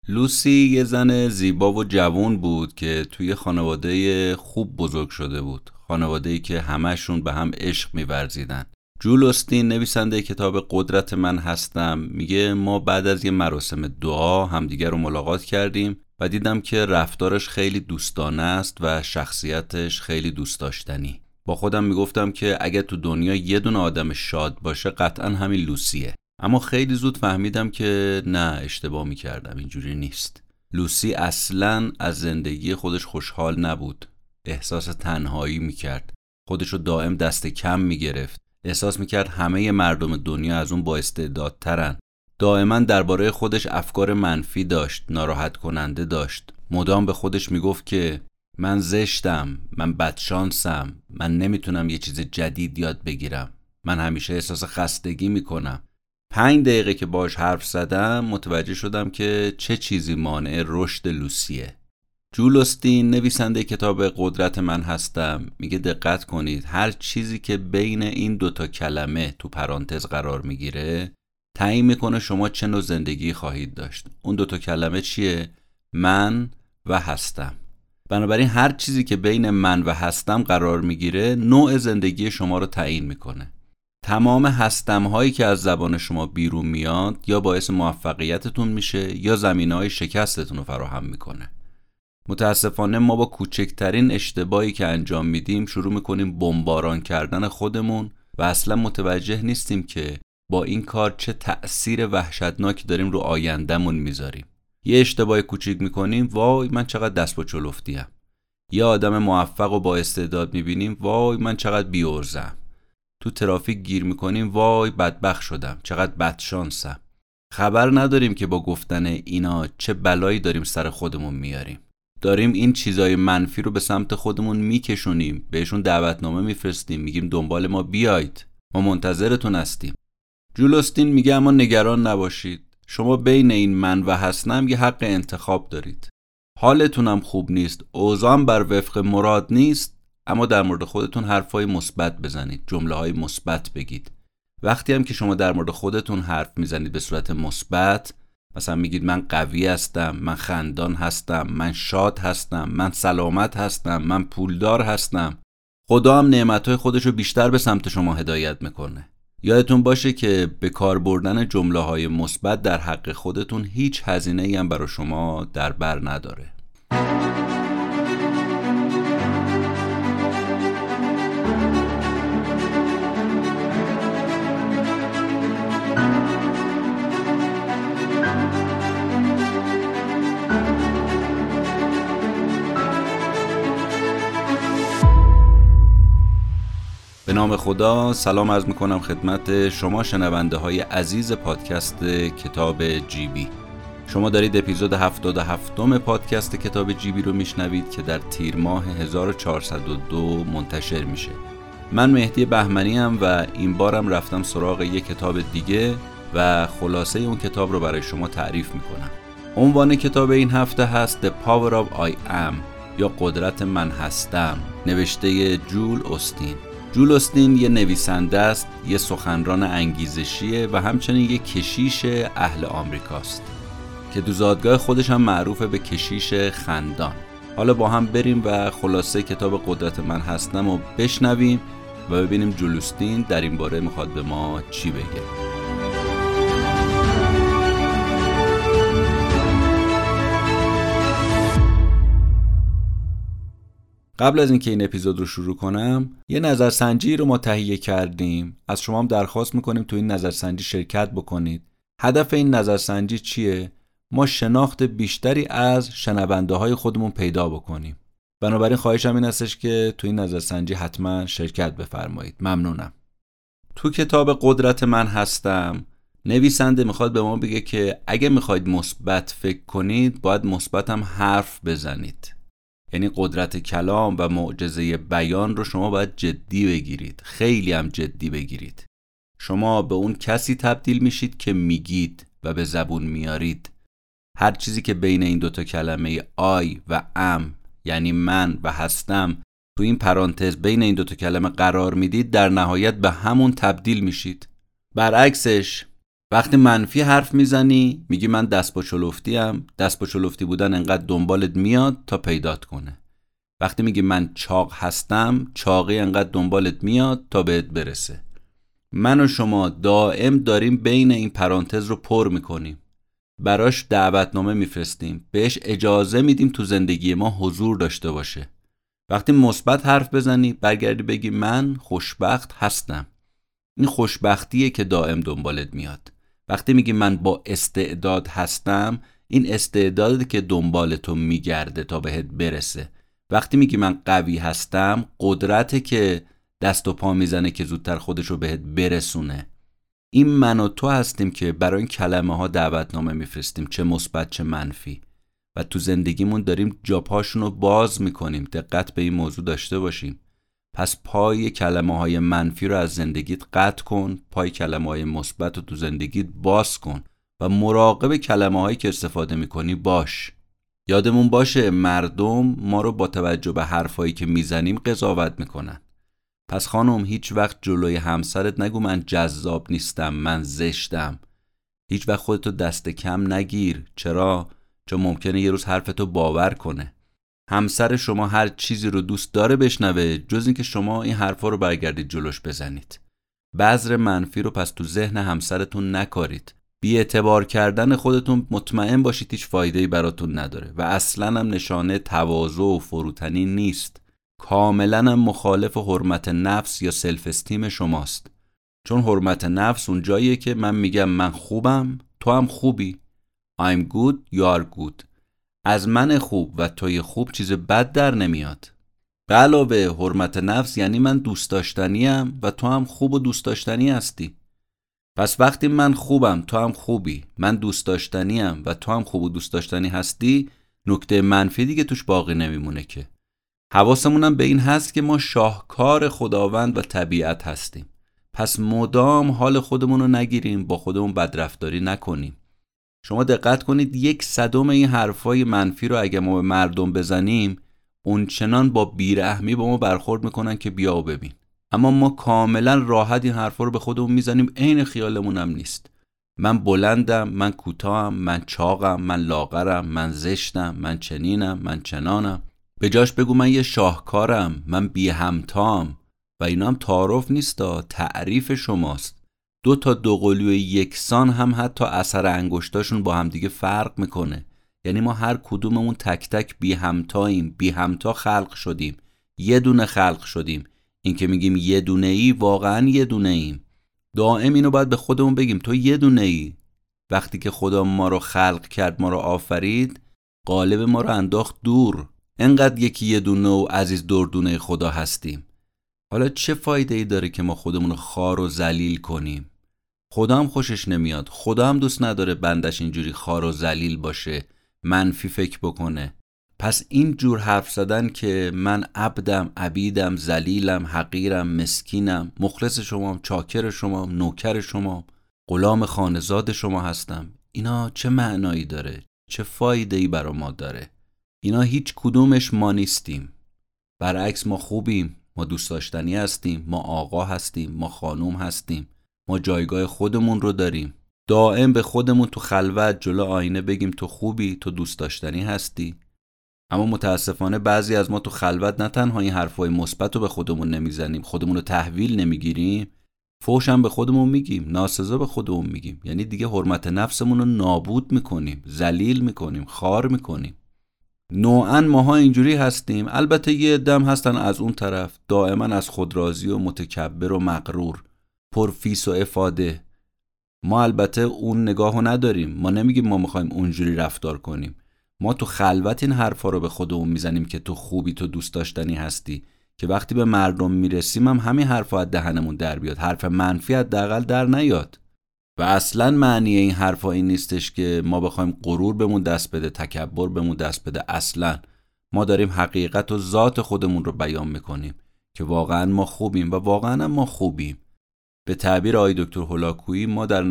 لوسی یه زن زیبا و جوان بود که توی خانواده خوب بزرگ شده بود. خانواده‌ای که همه‌شون به هم عشق می‌ورزیدن. جول اوستین نویسنده کتاب قدرت من هستم میگه ما بعد از یه مراسم دعا همدیگر رو ملاقات کردیم و دیدم که رفتارش خیلی دوستانه است و شخصیتش خیلی دوست داشتنی. با خودم میگفتم که اگه تو دنیا یه دونه آدم شاد باشه قطعا همین لوسیه. اما خیلی زود فهمیدم که نه، اشتباه میکردم، اینجوری نیست. لوسی اصلاً از زندگی خودش خوشحال نبود. احساس تنهایی میکرد. خودشو دائم دست کم میگرفت. احساس میکرد همه مردم دنیا از اون با استعدادترن. دائما درباره خودش افکار منفی داشت، ناراحت کننده داشت. مدام به خودش میگفت که من زشتم، من بدشانسم، من نمیتونم یه چیز جدید یاد بگیرم، من همیشه احساس خستگی میکنم. 5 دقیقه که باهاش حرف زدم متوجه شدم که چه چیزی مانع رشد لوسیه. جول اوستین نویسنده کتاب قدرت من هستم میگه دقت کنید، هر چیزی که بین این دوتا کلمه تو پرانتز قرار میگیره تعیین میکنه شما چه نوع زندگی خواهید داشت. اون دوتا کلمه چیه؟ من و هستم. بنابراین هر چیزی که بین من و هستم قرار میگیره نوع زندگی شما رو تعیین میکنه. تمام هستم هایی که از زبان شما بیرون میاد یا باعث موفقیتتون میشه یا زمینه‌های شکستتون رو فراهم میکنه. متاسفانه ما با کوچکترین اشتباهی که انجام میدیم شروع میکنیم بمباران کردن خودمون و اصلا متوجه نیستیم که با این کار چه تأثیر وحشتناکی داریم رو آیندهمون میذاریم. یه اشتباه کوچیک میکنیم، وای من چقدر دست با چلفتیم. یه آدم موفق و با استعداد میبینیم، وای من چقدر بی‌عرضه‌ام. تو ترافیک گیر میکنیم، وای بدبخت شدم، چقدر بدشانسم. خبر نداریم که با گفتن اینا چه بلایی داریم سر خودمون میاریم. داریم این چیزای منفی رو به سمت خودمون میکشونیم، بهشون دعوتنامه میفرستیم، میگیم دنبال ما بیایید، ما منتظرتون هستیم. جول اوستین میگه اما نگران نباشید، شما بین این من و هستم یه حق انتخاب دارید. حالتونم خوب نیست، اوضاعم بر وفق مراد نیست، اما در مورد خودتون حرفای مثبت بزنید، جمله‌های مثبت بگید. وقتی هم که شما در مورد خودتون حرف میزنید به صورت مثبت، مثلا میگید من قوی هستم، من خندان هستم، من شاد هستم، من سلامت هستم، من پولدار هستم، خدا هم نعمتهای خودشو بیشتر به سمت شما هدایت میکنه. یادتون باشه که به کار بردن جمله‌های مثبت در حق خودتون هیچ هزینه‌ای هم برای شما در بر نداره. به نام خدا، سلام عرض میکنم خدمت شما شنونده های عزیز پادکست کتاب جیبی. شما دارید اپیزود 77 پادکست کتاب جیبی رو میشنوید که در تیر ماه 1402 منتشر میشه. من مهدی بهمنی ام و این بارم رفتم سراغ یک کتاب دیگه و خلاصه اون کتاب رو برای شما تعریف میکنم. عنوان کتاب این هفته هست The Power of I Am یا قدرت من هستم، نوشته جول اوستین. جول اوستین یه نویسنده است، یه سخنران انگیزشیه و همچنین یه کشیش اهل آمریکاست که تو زادگاه خودش هم معروفه به کشیش خندان. حالا با هم بریم و خلاصه کتاب قدرت من هستم رو بشنویم و ببینیم جول اوستین در این باره میخواد به ما چی بگه. قبل از اینکه این اپیزود رو شروع کنم، یه نظرسنجی رو ما تهیه کردیم. از شما هم درخواست میکنیم تو این نظرسنجی شرکت بکنید. هدف این نظرسنجی چیه؟ ما شناخت بیشتری از شنونده های خودمون پیدا بکنیم. بنابراین خواهشم این هستش که تو این نظرسنجی حتما شرکت بفرمایید. ممنونم. تو کتاب قدرت من هستم، نویسنده میخواد به ما بگه که اگه میخواید مثبت فکر کنید، باید مثبت هم حرف بزنید. یعنی قدرت کلام و معجزه بیان رو شما باید جدی بگیرید، خیلی هم جدی بگیرید. شما به اون کسی تبدیل میشید که میگید و به زبون میارید. هر چیزی که بین این دوتا کلمه آی و ام، یعنی من و هستم، تو این پرانتز بین این دوتا کلمه قرار میدید، در نهایت به همون تبدیل میشید. برعکسش وقتی منفی حرف میزنی میگی من دست با چلفتیم، دست با چلفتی بودن انقدر دنبالت میاد تا پیدات کنه. وقتی میگی من چاق هستم، چاقی انقدر دنبالت میاد تا بهت برسه. من و شما دائم داریم بین این پرانتز رو پر میکنیم، براش دعوتنامه میفرستیم، بهش اجازه میدیم تو زندگی ما حضور داشته باشه. وقتی مثبت حرف بزنی برگردی بگی من خوشبخت هستم، این خوشبختیه که دائم دنبالت میاد. وقتی میگی من با استعداد هستم، این استعداده که دنبال تو میگرده تا بهت برسه. وقتی میگی من قوی هستم، قدرته که دست و پا میزنه که زودتر خودشو بهت برسونه. این من و تو هستیم که برای این کلمه ها دعوتنامه میفرستیم، چه مثبت چه منفی، و تو زندگیمون داریم جاپاشون رو باز میکنیم. دقت به این موضوع داشته باشیم. پس پای کلمه های منفی رو از زندگیت قطع کن، پای کلمه های مثبت رو تو زندگیت باز کن و مراقب کلمه هایی که استفاده میکنی باش. یادمون باشه مردم ما رو با توجه به حرفایی که میزنیم قضاوت میکنن. پس خانم هیچ وقت جلوی همسرت نگو من جذاب نیستم، من زشتم. هیچ وقت خودتو دست کم نگیر. چرا؟ چون ممکنه یه روز حرفتو باور کنه. همسر شما هر چیزی رو دوست داره بشنوه جز اینکه شما این حرفا رو برگردید جلوش بزنید. بذر منفی رو پس تو ذهن همسرتون نکارید. بی اعتبار کردن خودتون مطمئن باشید هیچ فایده‌ای براتون نداره و اصلاً هم نشانه تواضع و فروتنی نیست. کاملاً هم مخالف حرمت نفس یا سلف استیم شماست. چون حرمت نفس اون جاییه که من میگم من خوبم، تو هم خوبی. I'm good, you are good. از من خوب و توی خوب چیز بد در نمیاد. به علاوه حرمت نفس یعنی من دوست داشتنیم و تو هم خوب و دوست داشتنی هستی. پس وقتی من خوبم تو هم خوبی، من دوست داشتنیم و تو هم خوب و دوست داشتنی هستی، نکته منفی دیگه توش باقی نمیمونه که. حواسمونم به این هست که ما شاهکار خداوند و طبیعت هستیم. پس مدام حال خودمون رو نگیریم، با خودمون بدرفتاری نکنیم. شما دقت کنید 1/100 این حرفای منفی رو اگه ما به مردم بزنیم، اون چنان با بیرحمی با ما برخورد میکنن که بیا و ببین. اما ما کاملا راحت این حرفا رو به خودمون میزنیم، عین خیالمون هم نیست. من بلندم، من کوتاهم، من چاقم، من لاغرم، من زشتم، من چنینم، من چنانم. به جاش بگو من یه شاهکارم، من بی همتام. و اینا هم تعارف نیستا، تعریف شماست. 2 تا دوقلوی یکسان هم حتی اثر انگشتاشون با هم دیگه فرق میکنه. یعنی ما هر کدوممون تک تک بی همتاییم، بی همتا خلق شدیم، یه دونه خلق شدیم. این که میگیم یه دونه ای، واقعا یه دونه ایم. دائم اینو باید به خودمون بگیم تو یه دونه ای. وقتی که خدا ما رو خلق کرد، ما رو آفرید، قالب ما رو انداخت دور. انقدر یکی یه دونه و عزیز دردونه خدا هستیم. حالا چه فایده ای داره که ما خودمون رو خوار و ذلیل کنیم؟ خدا هم خوشش نمیاد. خدا هم دوست نداره بندش اینجوری خوار و ذلیل باشه، منفی فکر بکنه. پس این جور حرف زدن که من عبدم، عبیدم، ذلیلم، حقیرم، مسکینم، مخلص شمام، چاکر شمام، نوکر شمام، غلام خانزاد شما هستم، اینا چه معنایی داره؟ چه فایده‌ای برا ما داره؟ اینا هیچ کدومش ما نیستیم. برعکس ما خوبیم، ما دوست داشتنی هستیم، ما آقا هستیم، ما خانوم هستیم، ما جایگاه خودمون رو داریم. دائم به خودمون تو خلوت جلو آینه بگیم تو خوبی، تو دوست داشتنی هستی. اما متاسفانه بعضی از ما تو خلوت نه تنها این حرفای مثبت رو به خودمون نمیزنیم، خودمون رو تحویل نمیگیریم، فحش هم به خودمون میگیم، ناسزا به خودمون میگیم. یعنی دیگه حرمت نفسمون رو نابود میکنیم، ذلیل میکنیم، خوار میکنیم. نوعاً ماها اینجوری هستیم. البته یه دم هستن از اون طرف دائما از خودراضی و متکبر و مغرور، پرفیس و افاده. ما البته اون نگاهو نداریم. ما نمیگیم ما میخوایم اونجوری رفتار کنیم. ما تو خلوت این حرفا رو به خودمون میزنیم که تو خوبی، تو دوست داشتنی هستی، که وقتی به مردم میرسیم هم همین حرفا از دهنمون در بیاد، حرف منفی حداقل در نیاد. و اصلا معنی این حرفا این نیستش که ما بخوایم غرور بهمون دست بده، تکبر بهمون دست بده. اصلا ما داریم حقیقت و ذات خودمون رو بیان میکنیم که واقعا ما خوبیم و واقعا ما خوبیم. به تعبیر آقای دکتر هولاکویی ما در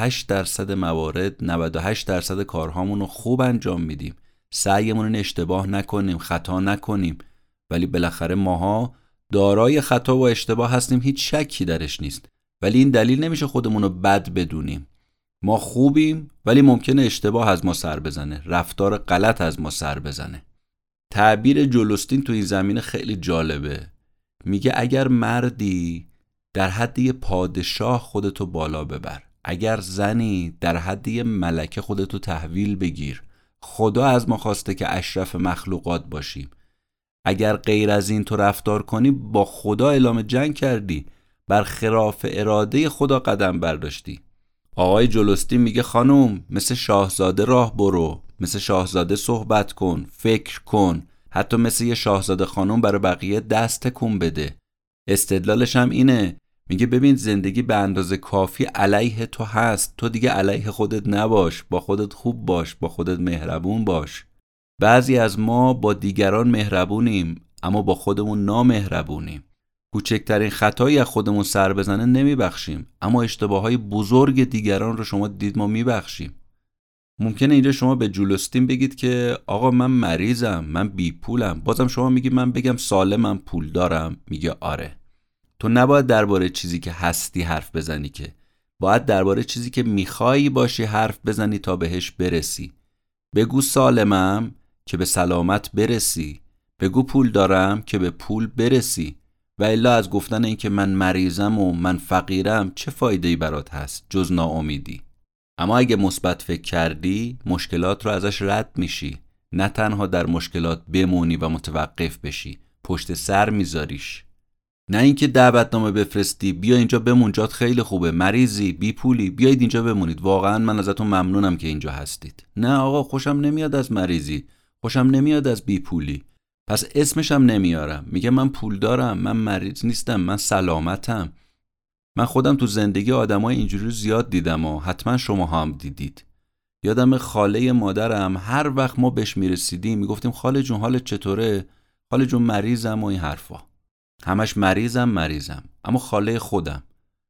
98% موارد 98% کارهامون رو خوب انجام میدیم. سعیمون رو اشتباه نکنیم، خطا نکنیم. ولی بالاخره ماها دارای خطا و اشتباه هستیم، هیچ شکی درش نیست. ولی این دلیل نمیشه خودمون رو بد بدونیم. ما خوبیم ولی ممکنه اشتباه از ما سر بزنه، رفتار غلط از ما سر بزنه. تعبیر جول استین تو این زمینه خیلی جالبه. میگه اگر مردی در حد یه پادشاه خودتو بالا ببر، اگر زنی در حد یه ملکه خودتو تحویل بگیر. خدا از ما خواسته که اشرف مخلوقات باشیم. اگر غیر از این تو رفتار کنی با خدا اعلام جنگ کردی، بر خلاف اراده خدا قدم برداشتی. آقای جول استین میگه خانوم مثل شاهزاده راه برو، مثل شاهزاده صحبت کن، فکر کن، حتی مثل یه شاهزاده خانوم برای بقیه دست تکون بده. استدلالش هم اینه، میگه ببین زندگی به اندازه کافی علیه تو هست، تو دیگه علیه خودت نباش، با خودت خوب باش، با خودت مهربون باش. بعضی از ما با دیگران مهربونیم اما با خودمون نامهربونیم. کوچکترین خطایی از خودمون سر بزنه نمیبخشیم، اما اشتباههای بزرگ دیگران رو شما دید ما میبخشیم. ممکنه اینجا شما به جول استین بگید که آقا من مریضم، من بی پولم. بازم شما میگی من بگم سالمم، پول دارم. میگه آره، تو نباید درباره چیزی که هستی حرف بزنی، که باید درباره چیزی که میخوایی باشی حرف بزنی تا بهش برسی. بگو سالمم که به سلامت برسی، بگو پول دارم که به پول برسی. و الا از گفتن این که من مریضم و من فقیرم چه فایده‌ای برات هست جز ناامیدی؟ اما اگه مثبت فکر کردی مشکلات رو ازش رد میشی، نه تنها در مشکلات بمونی و متوقف بشی، پشت سر میذاریش. نه اینکه دعوتنامه بفرستی بیا اینجا بمون، جات خیلی خوبه، مریضی، بی پولی، بیایید اینجا بمونید، واقعا من ازتون ممنونم که اینجا هستید. نه آقا، خوشم نمیاد از مریضی، خوشم نمیاد از بی پولی، پس اسمشم نمیارم. میگه من پول دارم، من مریض نیستم، من سلامتم. من خودم تو زندگی آدمای اینجوری زیاد دیدم و حتما شما هم دیدید. یادم خاله مادرم هر وقت ما بهش میرسیدیم میگفتیم خاله جون حالت چطوره؟ خاله جون مریضم و این حرفا. همش مریضم. اما خاله خودم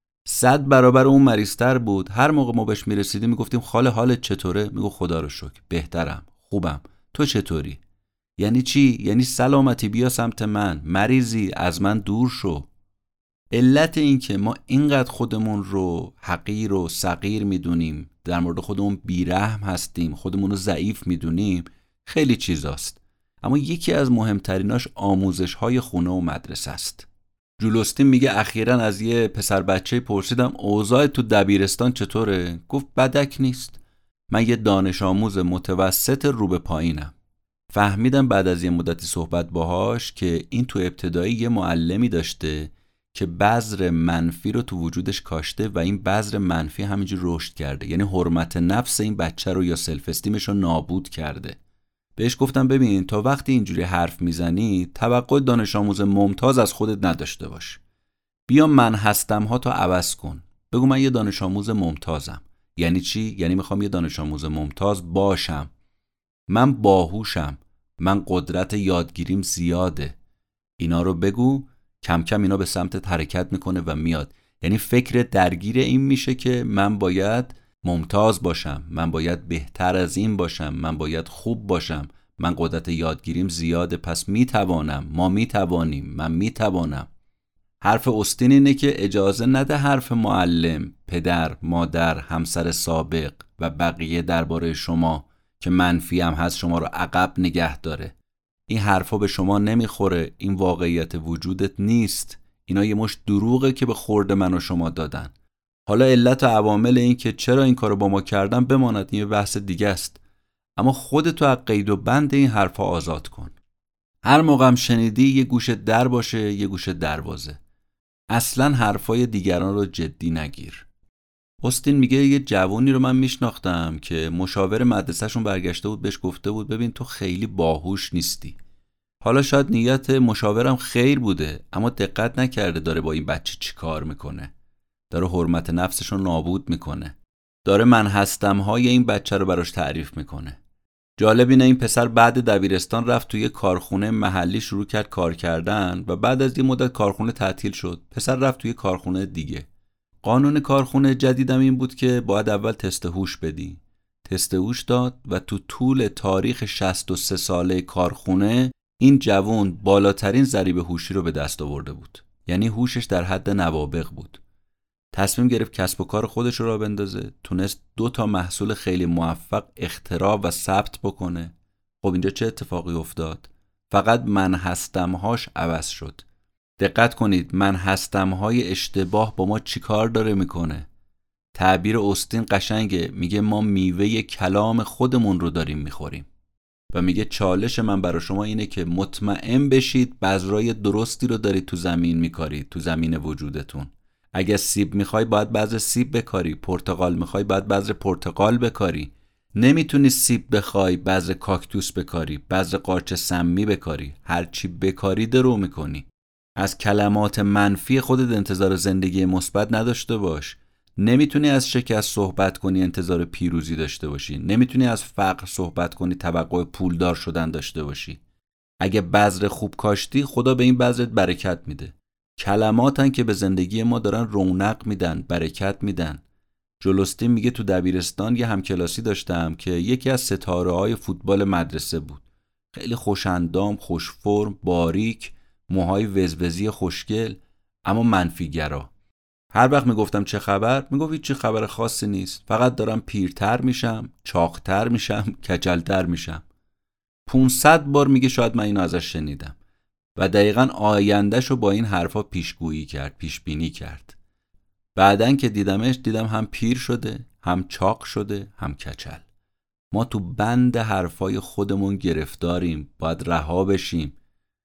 100 برابر اون مریضتر بود. هر موقع ما بهش میرسیدیم میگفتیم خاله حالت چطوره؟ میگو خدا رو شکر بهترم، خوبم. تو چطوری؟ یعنی چی؟ یعنی سلامتی، بیا سمت من. مریضی، از من دور شو. علت این که ما اینقدر خودمون رو حقیر و صغیر میدونیم، در مورد خودمون بیرحم هستیم، خودمون رو ضعیف میدونیم، خیلی چیزاست. اما یکی از مهمتریناش آموزش‌های خونه و مدرسه است. جول استین میگه اخیراً از یه پسر بچه پرسیدم اوضاع تو دبیرستان چطوره؟ گفت بدک نیست. من یه دانش آموز متوسط رو به پایینم. فهمیدم بعد از یه مدتی صحبت باهاش که این تو ابتدایی یه معلمی داشته که بذر منفی رو تو وجودش کاشته و این بذر منفی همینجور رشد کرده، یعنی حرمت نفس این بچه رو یا سلف استیمش رو نابود کرده. بهش گفتم ببین تا وقتی اینجوری حرف میزنی توقع دانش آموز ممتاز از خودت نداشته باش. بیا من هستم ها تا عوض کن. بگو من یه دانش آموز ممتازم. یعنی چی؟ یعنی میخوام یه دانش آموز ممتاز باشم. من باهوشم. من قدرت یادگیریم زیاده. اینا رو بگو. کم کم اینا به سمت حرکت میکنه و میاد. یعنی فکر درگیر این میشه که من باید ممتاز باشم، من باید بهتر از این باشم، من باید خوب باشم، من قدرت یادگیریم زیاده پس میتوانم، ما میتوانیم، من میتوانم. حرف استین اینه که اجازه نده حرف معلم، پدر، مادر، همسر سابق و بقیه درباره شما که منفی هم هست شما رو عقب نگه داره. این حرفا به شما نمیخوره، این واقعیت وجودت نیست. اینا یه مشت دروغه که به خورد من و شما دادن. حالا علت و عوامل این که چرا این کارو با ما کردن بماند، این بحث دیگه است. اما خودتو از قید و بند این حرفا آزاد کن. هر موقع هم شنیدی یه گوشه در باشه، یه گوشه دروازه. اصلا حرفای دیگران رو جدی نگیر. استین میگه یه جوانی رو من میشناختم که مشاور مدرسهشون برگشته بود بهش گفته بود ببین تو خیلی باهوش نیستی. حالا شاید نیت مشاورم خیر بوده اما دقت نکرده داره با این بچه چی کار میکنه. داره حرمت نفسش رو نابود میکنه. داره من هستم های این بچه رو براش تعریف میکنه. جالب اینه این پسر بعد دبیرستان رفت توی کارخونه محلی شروع کرد کار کردن و بعد از یه مدت کارخونه تعطیل شد. پسر رفت توی کارخونه دیگه. قانون کارخونه جدیدم این بود که باید اول تست هوش بدی. تست هوش داد و تو طول تاریخ 63 ساله کارخونه این جوان بالاترین ضریب هوشی رو به دست آورده بود. یعنی هوشش در حد نوابغ بود. تصمیم گرفت کسب و کار خودش رو راه بندازه، تونست 2 محصول خیلی موفق اختراع و ثبت بکنه. خب اینجا چه اتفاقی افتاد؟ فقط من هستم‌هاش عوض شد. دقت کنید، من هستم‌های اشتباه با ما چیکار داره میکنه؟ تعبیر اوستین قشنگه، میگه ما میوه کلام خودمون رو داریم میخوریم. و میگه چالش من برای شما اینه که مطمئن بشید بذرای درستی رو دارید تو زمین میکارید، تو زمین وجودتون. اگه سیب میخوای باید بذر سیب بکاری، پرتقال میخوای باید بذر پرتقال بکاری. نمیتونی سیب بخوای بذر کاکتوس بکاری، بذر قارچ سمی بکاری. هرچی بکاری درو میکنی. از کلمات منفی خودت انتظار زندگی مثبت نداشته باش. نمیتونی از شکست صحبت کنی انتظار پیروزی داشته باشی. نمیتونی از فقر صحبت کنی توقع پولدار شدن داشته باشی. اگه بذر خوب کاشتی خدا به این بذرت برکت میده. کلماتن که به زندگی ما دارن رونق میدن، برکت میدن. جولستین میگه تو دبیرستان یه همکلاسی داشتم که یکی از ستاره‌های فوتبال مدرسه بود. خیلی خوش‌اندام، خوش فرم، باریک، موهای وزوزی خوشگل، اما منفی‌گرا. هر وقت میگفتم چه خبر، میگفت هیچ خبر خاصی نیست، فقط دارم پیرتر میشم، چاقتر میشم، کچلتر میشم. 500 بار میگه شاید من اینو ازش شنیدم و دقیقاً آیندهشو با این حرفا پیشگویی کرد، پیشبینی کرد. بعدن که دیدم هم پیر شده، هم چاق شده، هم کچل. ما تو بند حرفای خودمون گرفتاریم، باید رها بشیم.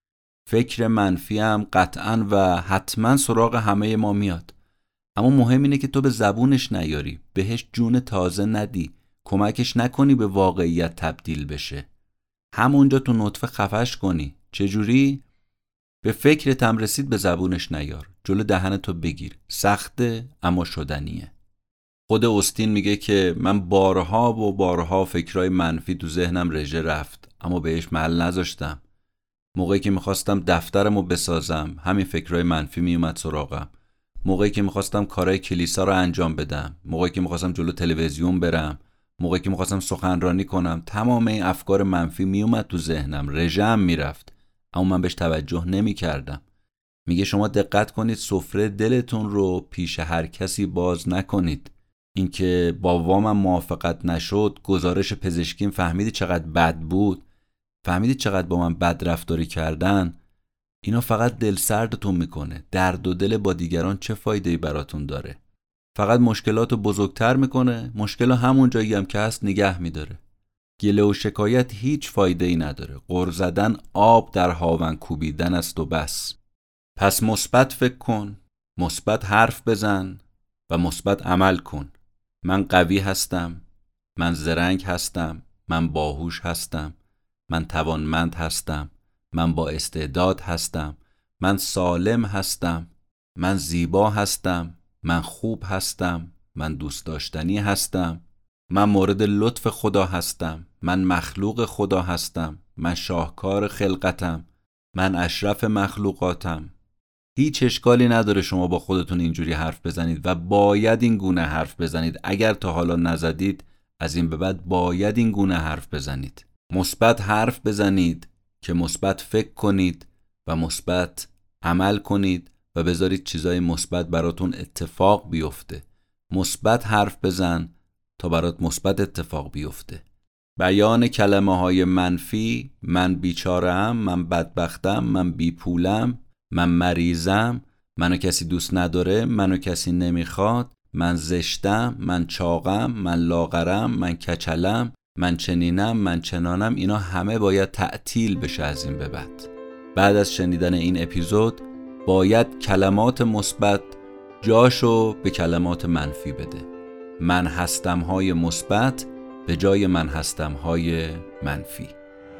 فکر منفی هم قطعاً و حتماً سراغ همه ما میاد، اما مهم اینه که تو به زبونش نیاری، بهش جون تازه ندی، کمکش نکنی به واقعیت تبدیل بشه. همونجا تو نطفه خفش کنی. چجوری؟ به فکرت هم رسید به زبونش نیار، جلو دهنتو بگیر. سخته اما شدنیه. خود اوستین میگه که من بارها و بارها فکرای منفی تو ذهنم رژه رفت، اما بهش محل نذاشتم. موقعی که میخواستم دفترمو بسازم همین فکرای منفی میومد سراغم. موقعی که میخواستم کارهای کلیسا رو انجام بدم، موقعی که میخواستم جلو تلویزیون برم، موقعی که میخواستم سخنرانی کنم، تمام این افکار منفی میومد تو ذهنم، رژه‌ام میرفت، اما من بهش توجه نمیکردم. میگه شما دقت کنید سفره دلتون رو پیش هر کسی باز نکنید. اینکه با وامم موافقت نشد، گزارش پزشکیم فهمیدی چقدر بد بود، فهمیدی چقدر با من بد رفتاری کردن، اینا فقط دل سردتون میکنه. درد و دل با دیگران چه فایده‌ای براتون داره؟ فقط مشکلاتو بزرگتر میکنه، مشکل همون جایی هم که هست نگه میداره. گله و شکایت هیچ فایده‌ای نداره. غر زدن آب در هاون کوبیدن است و بس. پس مثبت فکر کن، مثبت حرف بزن و مثبت عمل کن. من قوی هستم، من زرنگ هستم، من باهوش هستم، من توانمند هستم، من با استعداد هستم، من سالم هستم، من زیبا هستم، من خوب هستم، من دوست داشتنی هستم، من مورد لطف خدا هستم، من مخلوق خدا هستم، من شاهکار خلقتم، من اشرف مخلوقاتم. هیچ اشکالی نداره شما با خودتون اینجوری حرف بزنید و باید این گونه حرف بزنید. اگر تا حالا نزدید، از این به بعد باید این گونه حرف بزنید. مثبت حرف بزنید که مثبت فکر کنید و مثبت عمل کنید و بذارید چیزای مثبت براتون اتفاق بیفته. مثبت حرف بزن تا برات مثبت اتفاق بیفته. بیان کلمه های منفی، من بیچاره‌ام، من بدبختم، من بی پولم، من مریضم، منو کسی دوست نداره، منو کسی نمیخواد، من زشتم، من چاقم، من لاغرم، من کچلم، من چنینم، من چنانم، اینا همه باید تعطیل بشه از این به بعد از شنیدن این اپیزود باید کلمات مثبت جاشو به کلمات منفی بده. من هستم های مثبت به جای من هستم های منفی.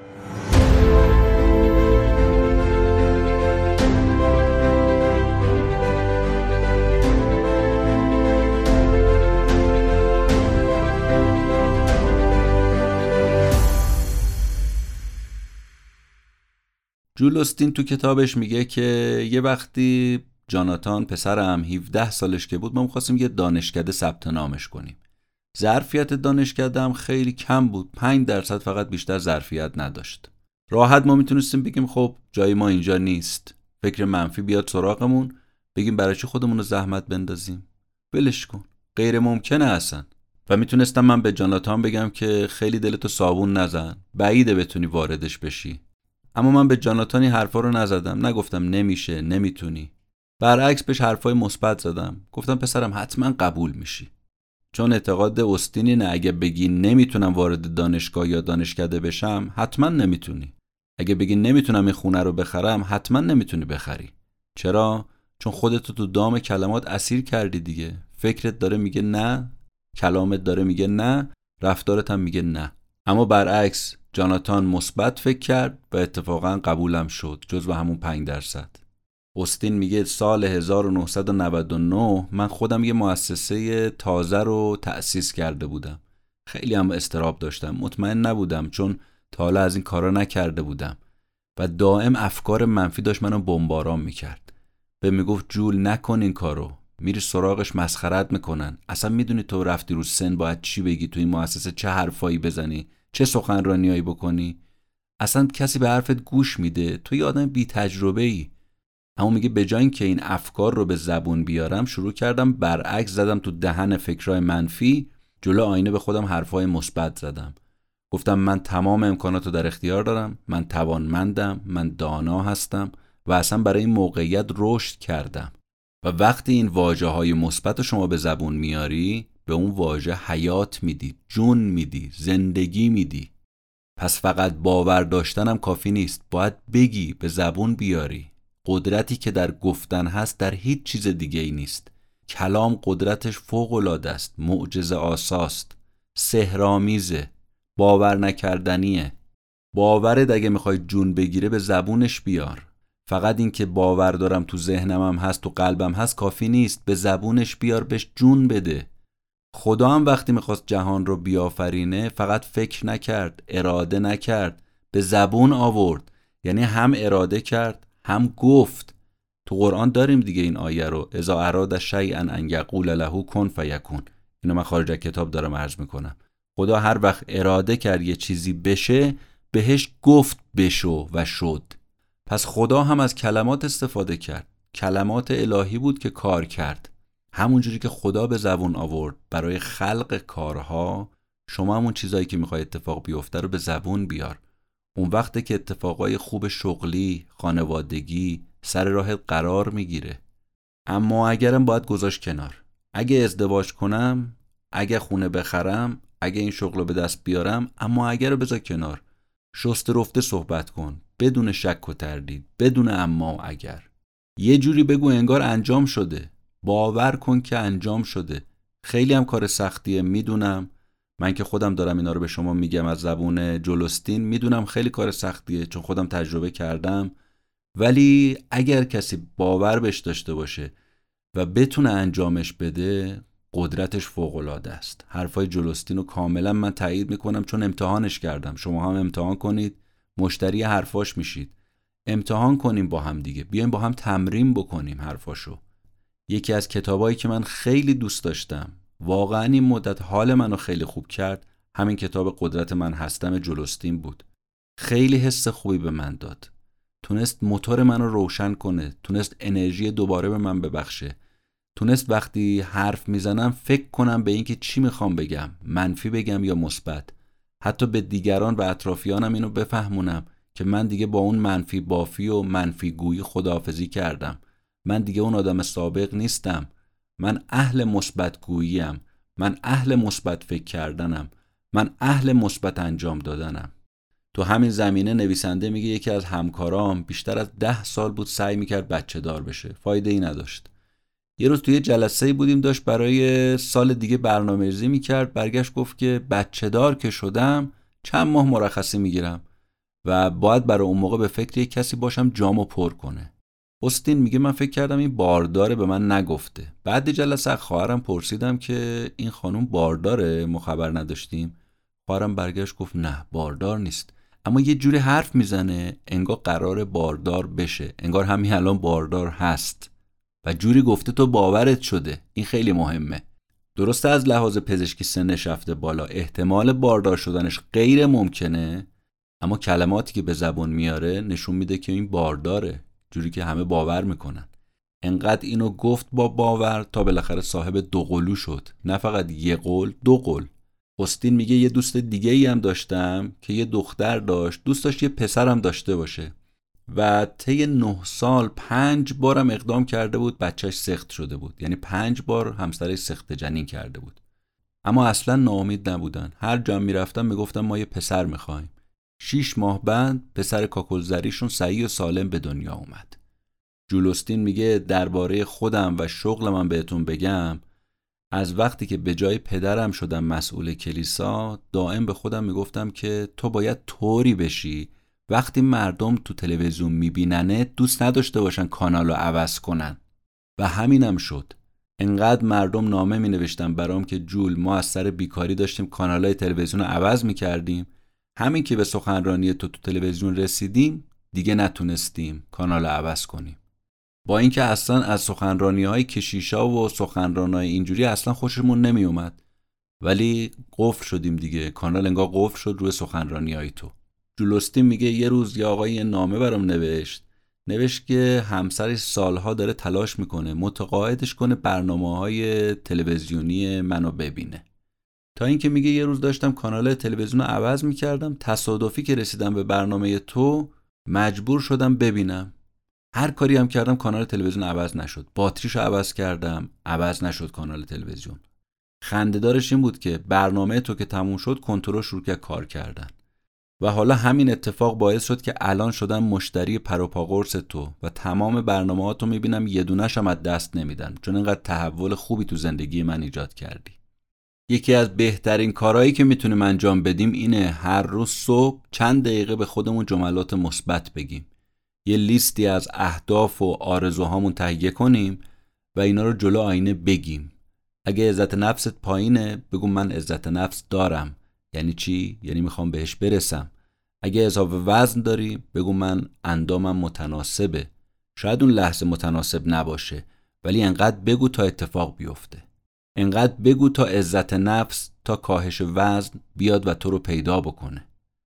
جولستین تو کتابش میگه که یه وقتی جاناتان پسرم 17 سالش که بود ما می‌خواستیم یه دانشکده ثبت نامش کنیم. ظرفیت دانشکده هم خیلی کم بود، 5% فقط بیشتر ظرفیت نداشت. راحت ما میتونستیم بگیم خب جای ما اینجا نیست، فکر منفی بیاد سراغمون، بگیم برای چی خودمون رو زحمت بندازیم. ولش کن، غیر ممکنه اصلا. و میتونستم من به جاناتان بگم که خیلی دلتو صابون نزن، بعیده بتونی واردش بشی. اما من به جاناتان این حرفا رو نزدم، نگفتم نمیشه، نمیتونی. برعکس بهش حرفای مثبت زدم، گفتم پسرم حتما قبول میشی. چون اعتقاد استین اینه اگه بگی نمیتونم وارد دانشگاه یا دانشکده بشم، حتما نمیتونی. اگه بگی نمیتونم این خونه رو بخرم، حتما نمیتونی بخری. چرا؟ چون خودتو تو دام کلمات اسیر کردی دیگه. فکرت داره میگه نه، کلامت داره میگه نه، رفتارت هم میگه نه. اما برعکس جاناتان مثبت فکر کرد و اتفاقا قبولم شد، جزو همون 5%. استین میگه سال 1999 من خودم یه مؤسسه تازه رو تأسیس کرده بودم. خیلی هم استراب داشتم، مطمئن نبودم چون تا حالا از این کارا نکرده بودم و دائم افکار منفی داشت منو بمباران میکرد. به میگفت جول نکن این کارو، میری سراغش مسخرت میکنن. اصلا میدونی تو رفتی رو سن باید چی بگی تو این مؤسسه، چه حرفایی بزنی، چه سخنرانیایی بکنی؟ اصلا کسی به حرفت گوش میده؟ تو یه آدم بی تجربه ای. اما میگه به جای اینکه این افکار رو به زبون بیارم، شروع کردم برعکس زدم تو دهن فکرای منفی، جلو آینه به خودم حرفای مثبت زدم. گفتم من تمام امکانات رو در اختیار دارم، من توانمندم، من دانا هستم و اصلا برای این موقعیت رشد کردم. و وقتی این واژه‌های مثبت رو شما به زبون میاری، به اون واژه حیات میدی، جون میدی، زندگی میدی. پس فقط باور داشتنم کافی نیست، باید بگی، به زبون بیاری. قدرتی که در گفتن هست در هیچ چیز دیگه ای نیست. کلام قدرتش فوق‌العاده است، معجزه آساست، سحرآمیزه، باور نکردنیه. باورت اگه میخوای جون بگیره به زبونش بیار. فقط این که باور دارم تو ذهنم هم هست، تو قلبم هست کافی نیست، به زبونش بیار، بهش جون بده. خدا هم وقتی میخواست جهان رو بیافرینه فقط فکر نکرد، اراده نکرد، به زبون آورد. یعنی هم اراده کرد هم گفت. تو قرآن داریم دیگه این آیه رو، اذا اراد شیئا ان یقول له کن فیکون. اینو من خارج از کتاب دارم عرض میکنم. خدا هر وقت اراده کرد یه چیزی بشه، بهش گفت بشو و شد. پس خدا هم از کلمات استفاده کرد، کلمات الهی بود که کار کرد. همونجوری که خدا به زبون آورد برای خلق کارها، شما همون چیزایی که میخوای اتفاق بیفته رو به زبون بیار. اون وقته که اتفاقای خوب شغلی، خانوادگی سر راهت قرار میگیره. اما اگرم باید گذاشت کنار. اگه ازدواج کنم، اگه خونه بخرم، اگه این شغل رو به دست بیارم، اما اگر رو بذار کنار. شسته رفته صحبت کن، بدون شک و تردید، بدون اما و اگر. یه جوری بگو انگار انجام شده. باور کن که انجام شده. خیلی هم کار سختیه، میدونم. من که خودم دارم اینا رو به شما میگم از زبون جول استین، میدونم خیلی کار سختیه چون خودم تجربه کردم. ولی اگر کسی باور بهش داشته باشه و بتونه انجامش بده، قدرتش فوق‌العاده است. حرفای جول استین رو کاملا من تایید میکنم چون امتحانش کردم. شما هم امتحان کنید، مشتری حرفاش میشید. امتحان کنیم با هم دیگه، بیایم با هم تمرین بکنیم حرفاشو. یکی از کتابایی که من خیلی دوست داشتم، واقعا این مدت حال منو خیلی خوب کرد، همین کتاب قدرت من هستم جول استین بود. خیلی حس خوبی به من داد. تونست موتور منو روشن کنه، تونست انرژی دوباره به من ببخشه. تونست وقتی حرف میزنم فکر کنم به اینکه چی میخوام بگم، منفی بگم یا مثبت. حتی به دیگران و اطرافیانم اینو بفهمونم که من دیگه با اون منفی بافی و منفی گویی خداحافظی کردم. من دیگه اون آدم سابق نیستم. من اهل مثبت گوییم، من اهل مثبت فکر کردنم، من اهل مثبت انجام دادنم. تو همین زمینه نویسنده میگه یکی از همکارام بیشتر از 10 سال بود سعی میکرد بچه دار بشه، فایده ای نداشت. یه روز توی جلسه بودیم، داشت برای سال دیگه برنامه‌ریزی میکرد. برگشت گفت که بچه دار که شدم چند ماه مرخصی میگیرم و باید برای اون موقع به فکر یک کسی باشم جامو پر کنه. استین میگه من فکر کردم این بارداره، به من نگفته. بعد جلسه خواهرم پرسیدم که این خانوم بارداره، ما خبر نداشتیم. خواهرم برگشت گفت نه باردار نیست، اما یه جوری حرف میزنه انگار قرار باردار بشه، انگار همین الان باردار هست و جوری گفته تو باورت شده. این خیلی مهمه. درسته از لحاظ پزشکی سنش رفته بالا، احتمال باردار شدنش غیر ممکنه، اما کلماتی که به زبون میاره نشون میده که این بارداره، جوری که همه باور میکنن. انقدر اینو گفت با باور تا بالاخره صاحب دو قلو شد. نه فقط یه قول، دو قول. استین میگه یه دوست دیگه ای هم داشتم که یه دختر داشت، دوست داشت یه پسرم داشته باشه و طی 9 سال 5 بارم اقدام کرده بود بچهش سقط شده بود. یعنی 5 بار همسرش سقط جنین کرده بود. اما اصلا ناامید نبودن. هر جا میرفتن میگفتن ما یه پسر میخوایم. 6 ماه بعد پسر کاکلزریشون صحیح و سالم به دنیا اومد. جول استین میگه درباره خودم و شغلم بهتون بگم، از وقتی که به جای پدرم شدم مسئول کلیسا، دائم به خودم میگفتم که تو باید طوری بشی وقتی مردم تو تلویزیون میبیننه دوست نداشته باشن کانالو عوض کنن. و همینم شد. انقدر مردم نامه مینوشتن برام که جول ما از سر بیکاری داشتیم کانالای تلویزیون رو عوض میکردیم، همین که به سخنرانی تو تلویزیون رسیدیم دیگه نتونستیم کانال عوض کنیم. با اینکه اصلا از سخنرانی‌های کشیشا و سخنرانای اینجوری اصلا خوشمون نمی اومد، ولی قفل شدیم دیگه. کانال انگار قفل شد روی سخنرانی‌های تو. جول استین میگه یه روز یه آقای نامه برام نوشت که همسرش سالها داره تلاش میکنه متقاعدش کنه برنامه‌های تلویزیونی منو ببینه. تا اینکه میگه یه روز داشتم کانال تلویزیون رو عوض میکردم، تصادفی که رسیدم به برنامه تو مجبور شدم ببینم. هر کاری هم کردم کانال تلویزیون عوض نشد. باتریشو عوض کردم، عوض نشد کانال تلویزیون. خنده‌دارش این بود که برنامه تو که تموم شد کنترل شروع کرد کار کردن. و حالا همین اتفاق باعث شد که الان شدم مشتری پروپاگورس تو و تمام برنامه‌هاتو میبینم یه دونه‌ش هم از دست نمیدم، چون اینقدر تحول خوبی تو زندگی من ایجاد کردی. یکی از بهترین کارهایی که میتونیم انجام بدیم اینه هر روز صبح چند دقیقه به خودمون جملات مثبت بگیم. یه لیستی از اهداف و آرزوهامون تهیه کنیم و اینا رو جلو آینه بگیم. اگه عزت نفست پایینه بگو من عزت نفس دارم. یعنی چی؟ یعنی میخوام بهش برسم. اگه اضافه وزن داری بگو من اندامم متناسبه. شاید اون لحظه متناسب نباشه، ولی انقدر بگو تا اتفاق بیفته. انقدر بگو تا عزت نفس، تا کاهش وزن بیاد و تو رو پیدا بکنه.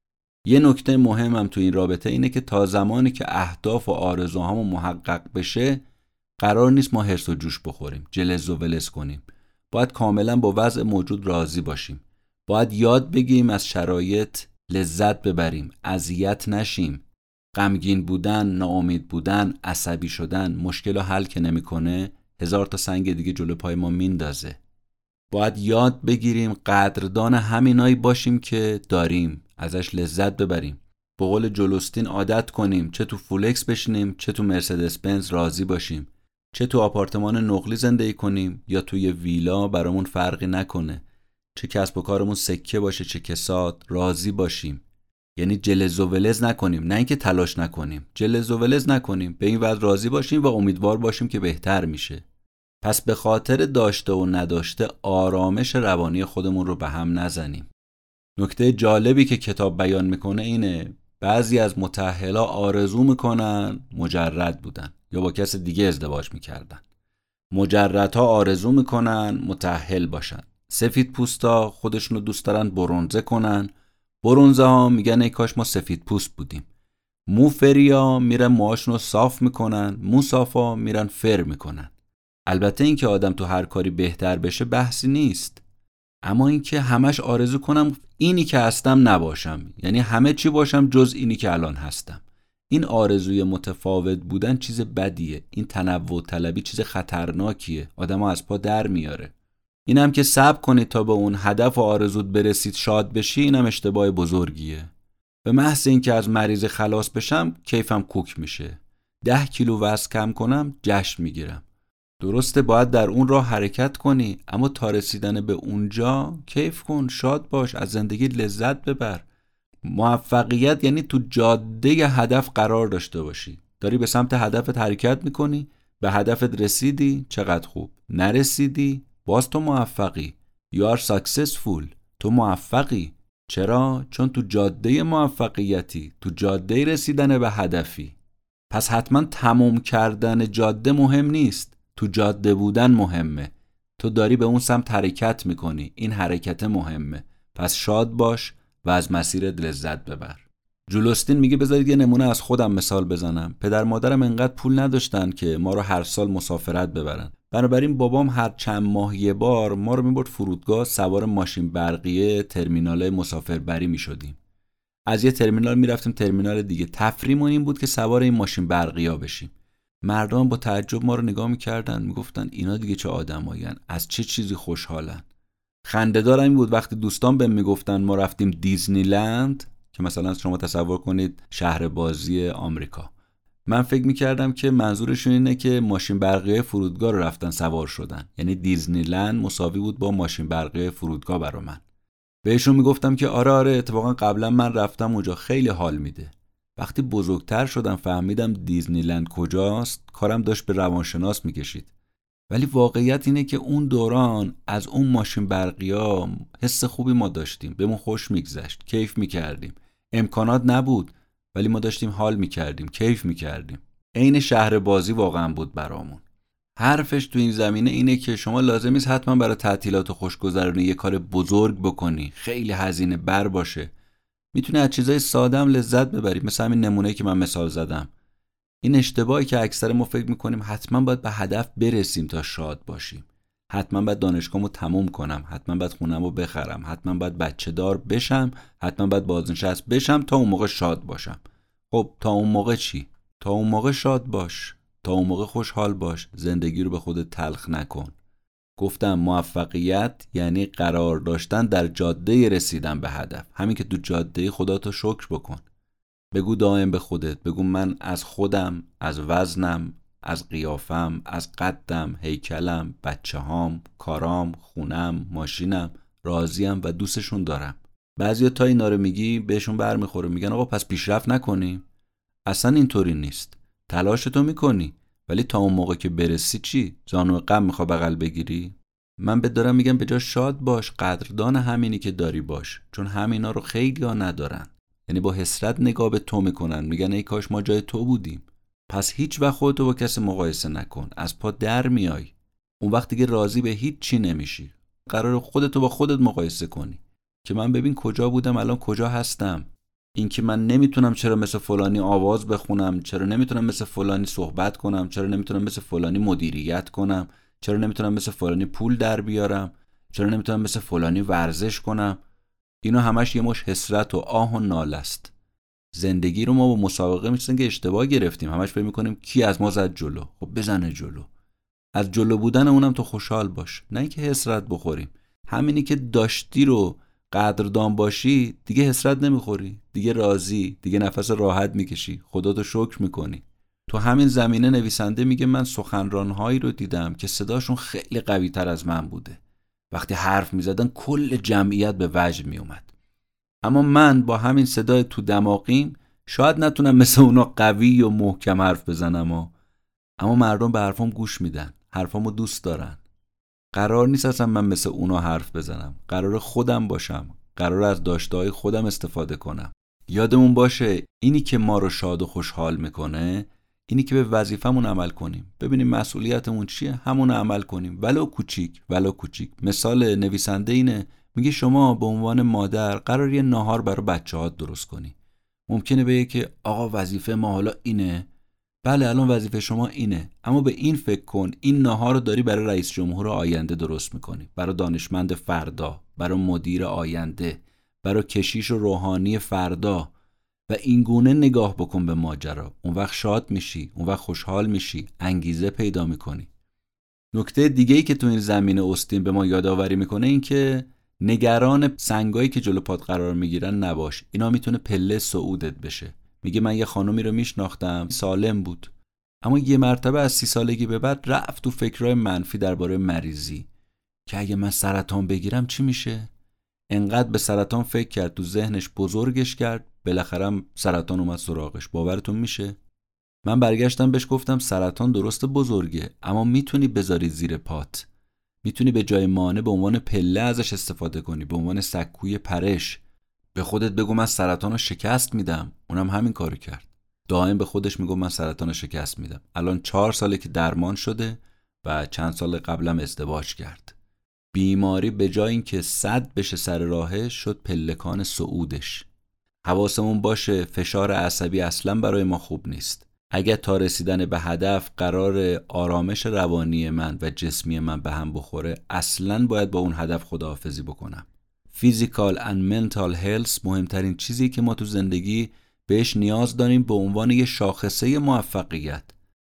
یه نکته مهمم تو این رابطه اینه که تا زمانی که اهداف و آرزوهامون محقق بشه قرار نیست ما هرس و جوش بخوریم، جلز و ولز کنیم. باید کاملا با وضع موجود راضی باشیم. باید یاد بگیریم از شرایط لذت ببریم، اذیت نشیم. غمگین بودن، ناامید بودن، عصبی شدن مشکل رو حل که نمی‌کنه، 1000 تا سنگ دیگه جلو پای ما میندازه. باید یاد بگیریم قدردان همینایی باشیم که داریم، ازش لذت ببریم. به قول جول استین عادت کنیم چه تو فولکس بشینیم چه تو مرسدس بنز راضی باشیم، چه تو آپارتمان نقلی زندگی کنیم یا توی ویلا برامون فرقی نکنه، چه کسب و کارمون سکه باشه چه کساد، راضی باشیم. یعنی جلز و ولز نکنیم، نه اینکه تلاش نکنیم، جلز و ولز نکنیم، به این وضع راضی باشیم و امیدوار باشیم که بهتر میشه. پس به خاطر داشته و نداشته آرامش روانی خودمون رو به هم نزنیم. نکته جالبی که کتاب بیان میکنه اینه بعضی از متأهلا آرزو میکنن مجرد بودن یا با کس دیگه ازدواج میکردن. مجردها آرزو میکنن متأهل باشن. سفید پوستا خودشونو دوست دارن برنزه کنن. برنزه ها میگن ای کاش ما سفید پوست بودیم. موفریا میرن موهاشونو صاف میکنن. موصافا میرن فر میکنن. البته این که آدم تو هر کاری بهتر بشه بحثی نیست، اما این که همش آرزو کنم اینی که هستم نباشم، یعنی همه چی باشم جز اینی که الان هستم. این آرزوی متفاوت بودن چیز بدیه. این تنوع طلبی چیز خطرناکیه، آدمو از پا در میاره. اینم که صبر کنید تا به اون هدف و آرزوت برسید شاد بشی، اینم اشتباه بزرگیه. به محض این که از مریض خلاص بشم کیفم کوک میشه. 10 کیلو وزن کم کنم جشن میگیرم. درسته باید در اون راه حرکت کنی، اما تا رسیدن به اونجا کیف کن، شاد باش، از زندگی لذت ببر. موفقیت یعنی تو جاده هدف قرار داشته باشی. داری به سمت هدفت حرکت میکنی، به هدفت رسیدی، چقدر خوب. نرسیدی، باز تو موفقی. You are successful. تو موفقی. چرا؟ چون تو جاده موفقیتی، تو جاده رسیدن به هدفی. پس حتما تموم کردن جاده مهم نیست، تو جاده بودن مهمه. تو داری به اون سمت حرکت میکنی، این حرکت مهمه. پس شاد باش و از مسیرت لذت ببر. جول استین میگه بذارید یه نمونه از خودم مثال بزنم. پدر مادرم انقدر پول نداشتن که ما رو هر سال مسافرت ببرن. بنابراین بابام هر چند ماه یه بار ما رو میبرد فرودگاه، سوار ماشین برقیه ترمینال مسافربری میشدیم. از یه ترمینال میرفتیم ترمینال دیگه. تفریحمون این بود که سوار این ماشین برقیا بشیم. مردم با تعجب ما رو نگاه میکردن، میگفتن اینا دیگه چه آدمایین، از چه چیزی خوشحالن. خنده‌دار این بود وقتی دوستان بهم میگفتن ما رفتیم دیزنی لند، که مثلا شما تصور کنید شهر بازی آمریکا. من فکر میکردم که منظورشون اینه که ماشین برقی فرودگاه رو رفتن سوار شدن، یعنی دیزنی لند مساوی بود با ماشین برقی فرودگاه برا من. بهشون میگفتم که آره اتفاقا قبلا من رفتم اونجا، خیلی حال میده. وقتی بزرگتر شدم فهمیدم دیزنی لند کجاست، کارم داشت به روانشناس میکشید. ولی واقعیت اینه که اون دوران از اون ماشین برقیا حس خوبی ما داشتیم، بهمون خوش میگذشت، کیف میکردیم. امکانات نبود ولی ما داشتیم حال میکردیم، کیف میکردیم. عین شهر بازی واقعا بود برامون. حرفش تو این زمینه اینه که شما لازم نیست حتما برای تعطیلات و خوشگذرانی یه کار بزرگ بکنی، خیلی هزینه بر باشه. میتونی از چیزای ساده هم لذت ببری، مثل همین نمونه‌ای که من مثال زدم. این اشتباهی که اکثر ما فکر میکنیم حتما باید به هدف برسیم تا شاد باشیم. حتما باید دانشگاهمو تموم کنم، حتما باید خونه‌مو بخرم، حتما باید بچه دار بشم، حتما باید بازنشست بشم تا اون موقع شاد باشم. خب تا اون موقع چی؟ تا اون موقع شاد باش، تا اون موقع خوشحال باش، زندگی رو به خودت تلخ نکن. گفتم موفقیت یعنی قرار داشتن در جاده رسیدن به هدف. همین که تو جاده خداتو شکر بکن. بگو دائم به خودت، بگو من از خودم، از وزنم، از قیافم، از قدم، هیکلم، بچه‌هام، کارام، خونم، ماشینم راضیم و دوستشون دارم. بعضیا تا اینا رو میگی بهشون برمیخوره، میگن آقا پس پیشرفت نکنیم. اصلا اینطوری نیست. تلاشتو میکنی ولی تا اون موقع که برسی چی؟ زانو غم میخوای بغل بگیری؟ من بهت دارم میگم به جا شاد باش، قدردان همینی که داری باش، چون همینا رو خیلی‌ها ندارن. یعنی با حسرت نگاه به تو میکنن، میگن ای کاش ما جای تو بودیم. پس هیچ وقت خودتو با کسی مقایسه نکن، از پا در میای. اون وقت دیگه راضی به هیچ چی نمیشی. قرار خودتو با خودت مقایسه کنی که من ببین کجا بودم الان کجا هستم. این که من نمیتونم چرا مثل فلانی آواز بخونم، چرا نمیتونم مثل فلانی صحبت کنم، چرا نمیتونم مثل فلانی مدیریت کنم، چرا نمیتونم مثل فلانی پول در بیارم، چرا نمیتونم مثل فلانی ورزش کنم. اینا همش یه مش حسرت و آه و ناله است. زندگی رو ما با مسابقه میشن که اشتباه گرفتیم. همش فکر میکنیم کی از ما زد جلو، خب بزنه جلو. از جلو بودن اونم تو خوشحال باش، نه اینکه حسرت بخوریم. همینی که داشتی رو قدردان باشی دیگه حسرت نمیخوری، دیگه راضی، دیگه نفس راحت میکشی، خداتو شکر میکنی. تو همین زمینه نویسنده میگه من سخنرانهایی رو دیدم که صداشون خیلی قوی تر از من بوده. وقتی حرف میزدن کل جمعیت به وجد میومد. اما من با همین صدای تو دماغیم شاید نتونم مثل اونا قوی و محکم حرف بزنم، اما مردم به حرفام گوش میدن، حرفامو دوست دارن. قرار نیست اصلا من مثل اونا حرف بزنم، قرار خودم باشم، قرار از داشته‌های خودم استفاده کنم. یادمون باشه اینی که ما رو شاد و خوشحال میکنه اینی که به وظیفمون عمل کنیم، ببینیم مسئولیتمون چیه، همون عمل کنیم، ولو کوچیک ولو کوچیک. مثال نویسنده اینه، میگه شما به عنوان مادر قرار یه ناهار برای بچه‌هات درست کنی. ممکنه بگه که آقا وظیفه ما حالا اینه. بله الان وظیفه شما اینه، اما به این فکر کن این ناهار رو داری برای رئیس جمهور آینده درست میکنی، برای دانشمند فردا، برای مدیر آینده، برای کشیش و روحانی فردا. و این گونه نگاه بکن به ماجرا. اون وقت شاد میشی، اون وقت خوشحال میشی، انگیزه پیدا میکنی. نکته دیگه‌ای که تو این زمینه استین به ما یادآوری میکنه این که نگران سنگایی که جلو پات قرار میگیرن نباش. اینا میتونه پله صعودت بشه. میگه من یه خانومی رو میشناختم، سالم بود، اما یه مرتبه از 30 سالگی به بعد رفت تو فکرای منفی درباره مریضی، که اگه من سرطان بگیرم چی میشه؟ انقدر به سرطان فکر کرد، تو ذهنش بزرگش کرد، بالاخره سرطان اومد سراغش. باورتون میشه؟ من برگشتم بهش گفتم سرطان درست بزرگه، اما میتونی بذاری زیر پات، میتونی به جای مانع به عنوان پله ازش استفاده کنی، به عنوان سکوی پرش. به خودت بگو من سرطان رو شکست میدم. اونم همین کارو کرد. دائم به خودش میگم من سرطان رو شکست میدم. الان 4 ساله که درمان شده و چند سال قبلم ازدواج کرد. بیماری به جای اینکه 100 بشه سر راهش شد پلکان صعودش. حواسمون باشه فشار عصبی اصلا برای ما خوب نیست. اگر تا رسیدن به هدف قرار آرامش روانی من و جسمی من به هم بخوره، اصلا باید با اون هدف خداحافظی بکنم. Physical and mental health مهمترین چیزی که ما تو زندگی بهش نیاز داریم به عنوان یه شاخصه موفقیت.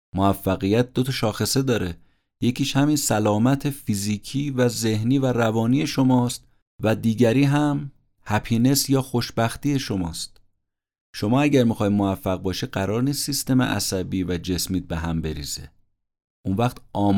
موفقیت 2 شاخصه داره. یکیش همین سلامت فیزیکی و ذهنی و روانی شماست و دیگری هم هپینس یا خوشبختی شماست. شما اگر میخوای موفق باشه قرار نیست سیستم عصبی و جسمیت به هم بریزه. اون وقت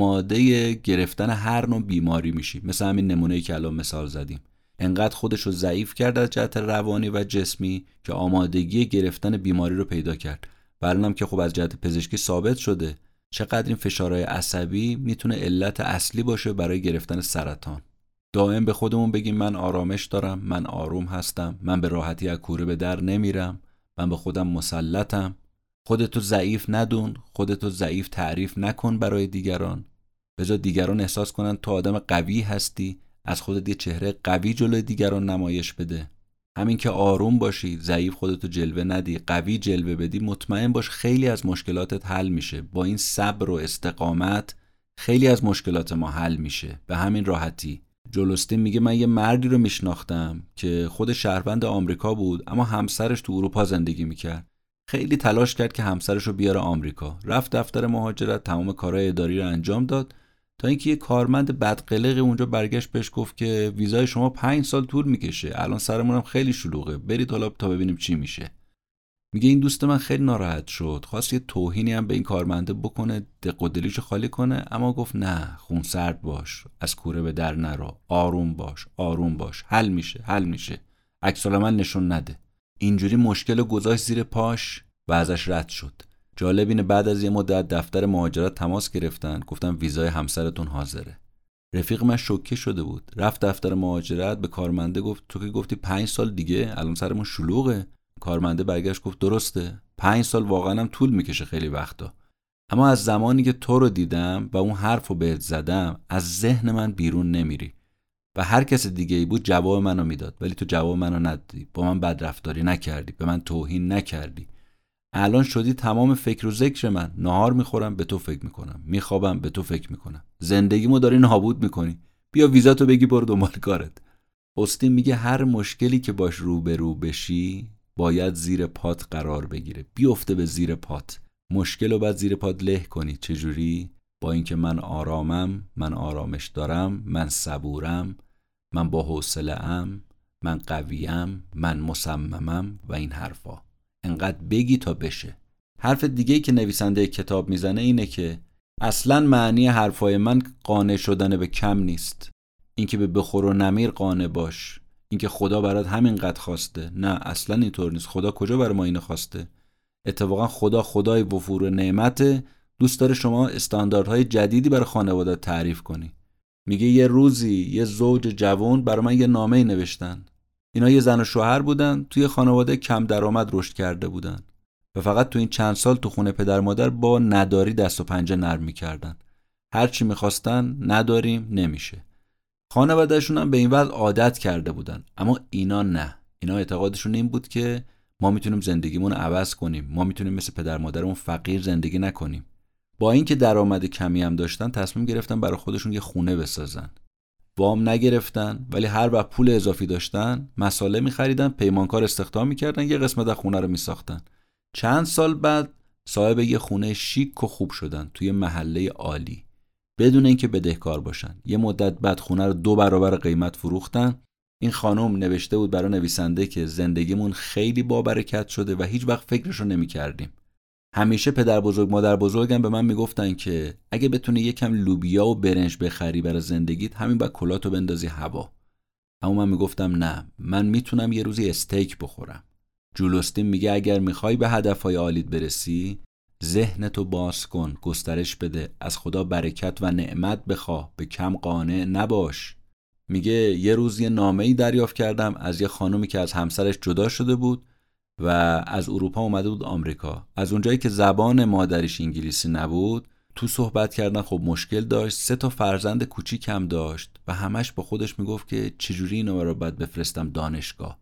آماده گرفتن هر نوع بیماری میشی. مثل همین نمونه‌ای که الان مثال زدیم. انقدر خودشو ضعیف کرد از جهت روانی و جسمی که آمادگی گرفتن بیماری رو پیدا کرد. برنامه که خب از جهت پزشکی ثابت شده چقدر این فشارهای عصبی میتونه علت اصلی باشه برای گرفتن سرطان. دائم به خودمون بگیم من آرامش دارم، من آروم هستم، من به راحتی از کوره به در نمیرم، من به خودم مسلطم. خودتو ضعیف ندون، خودتو ضعیف تعریف نکن برای دیگران. بذار دیگران احساس کنن تو آدم قوی هستی، از خودت یه چهره قوی جلوی دیگران نمایش بده. همین که آروم باشی، ضعیف خودتو جلوه ندی، قوی جلوه بدی، مطمئن باش خیلی از مشکلاتت حل میشه. با این صبر و استقامت خیلی از مشکلات ما حل میشه به همین راحتی. جول استین میگه من یه مردی رو میشناختم که خود شهروند آمریکا بود اما همسرش تو اروپا زندگی میکرد. خیلی تلاش کرد که همسرش رو بیاره آمریکا. رفت دفتر مهاجرت، تمام کارهای اداری رو انجام داد تا اینکه یه کارمند بدقلق اونجا برگشت بهش گفت که ویزای شما 5 سال طول میکشه، الان سرمونم خیلی شلوغه، برید حالا تا ببینیم چی میشه. میگه این دوست من خیلی ناراحت شد، خواست یه توهینی هم به این کارمنده بکنه، دق و دلیشو خالی کنه، اما گفت نه، خونسرد باش، از کوره به در نرو، آروم باش، آروم باش، حل میشه. عکس العمل نشون نده. اینجوری مشکل گذاشت زیر پاش و ازش رد شد. جالب اینه بعد از یه مدت دفتر مهاجرت تماس گرفتن، گفتن ویزای همسرتون حاضره. رفیق من شوکه شده بود، رفت دفتر مهاجرت به کارمنده گفت تو که گفتی 5 سال دیگه، الان سرمون شلوغه. کارمنده برگشت گفت درسته، 5 سال واقعا هم طول میکشه خیلی وقتا، اما از زمانی که تو رو دیدم و اون حرفو بهت زدم از ذهن من بیرون نمیری. و هر کس دیگه ای بود جواب منو میداد، ولی تو جواب منو ندادی، با من بدرفتاری نکردی، به من توهین نکردی. الان شدی تمام فکر و ذکر من. نهار میخورم به تو فکر میکنم، میخوابم به تو فکر میکنم، زندگیمو داری نابود میکنی. بیا ویزاتو بگی برو دنبال کارت. استین میگه هر مشکلی که باش روبرو بشی باید زیر پات قرار بگیره، بیفته به زیر پات. مشکل رو باید زیر پات له کنی. چجوری؟ با اینکه من آرامم، من آرامش دارم، من صبورم، من با حوصله‌ام، من قویم، من مصممم و این حرفا. انقدر بگی تا بشه. حرف دیگه‌ای که نویسنده کتاب میزنه اینه که اصلاً معنی حرفای من قانع شدن به کم نیست. اینکه به بخور و نمیر قانع باش، اینکه خدا برات همینقدر خواسته، نه اصلاً اینطور نیست. خدا کجا برای ما اینو خواسته؟ اتفاقا خدا خدای وفور و نعمته، دوست داره شما استانداردهای جدیدی برای خانواده تعریف کنی. میگه یه روزی یه زوج جوان برای من یه نامه نوشتن. اینا یه زن و شوهر بودن، توی خانواده کم درآمد رشد کرده بودن و فقط تو این چند سال تو خونه پدر مادر با نداری دست و پنجه نرم میکردن. هر چی میخواستن نداریم، نمیشه. خانوادهشون هم به این وضع عادت کرده بودن، اما اینا نه. اینا اعتقادشون این بود که ما میتونیم زندگیمون رو عوض کنیم، ما میتونیم مثل پدر مادرمون فقیر زندگی نکنیم. با اینکه درآمد کمی هم داشتن تصمیم گرفتن برای خودشون یه خونه بسازن. وام نگرفتن، ولی هر وقت پول اضافی داشتن مساله می‌خریدن، پیمانکار استخدام می‌کردن، یه قسمت از خونه رو می‌ساختن. چند سال بعد صاحب یه خونه شیک و خوب شدن توی محله عالی بدون اینکه بدهکار باشن. یه مدت بعد خونه رو 2 برابر قیمت فروختن. این خانم نوشته بود برای نویسنده که زندگیمون خیلی بابرکت شده و هیچ وقت فکرشو نمی‌کردیم. همیشه پدر بزرگ مادر بزرگم به من میگفتن که اگه بتونی یکم لوبیا و برنج بخری برای زندگیت، همین باید کلاتو بندازی هوا. اما من میگفتم نه، من میتونم یه روزی استیک بخورم. جول استین میگه اگر میخوای به هدفهای عالیت برسی، ذهنتو باز کن، گسترش بده، از خدا برکت و نعمت بخواه، به کم قانع نباش. میگه یه روز یه نامه‌ای دریافت کردم از یه خانومی که از همسرش جدا شده بود و از اروپا اومده بود آمریکا. از اونجایی که زبان مادریش انگلیسی نبود، تو صحبت کردن خب مشکل داشت. 3 تا فرزند کوچیک هم داشت و همش با خودش میگفت که چجوری اینا رو باید بفرستم دانشگاه.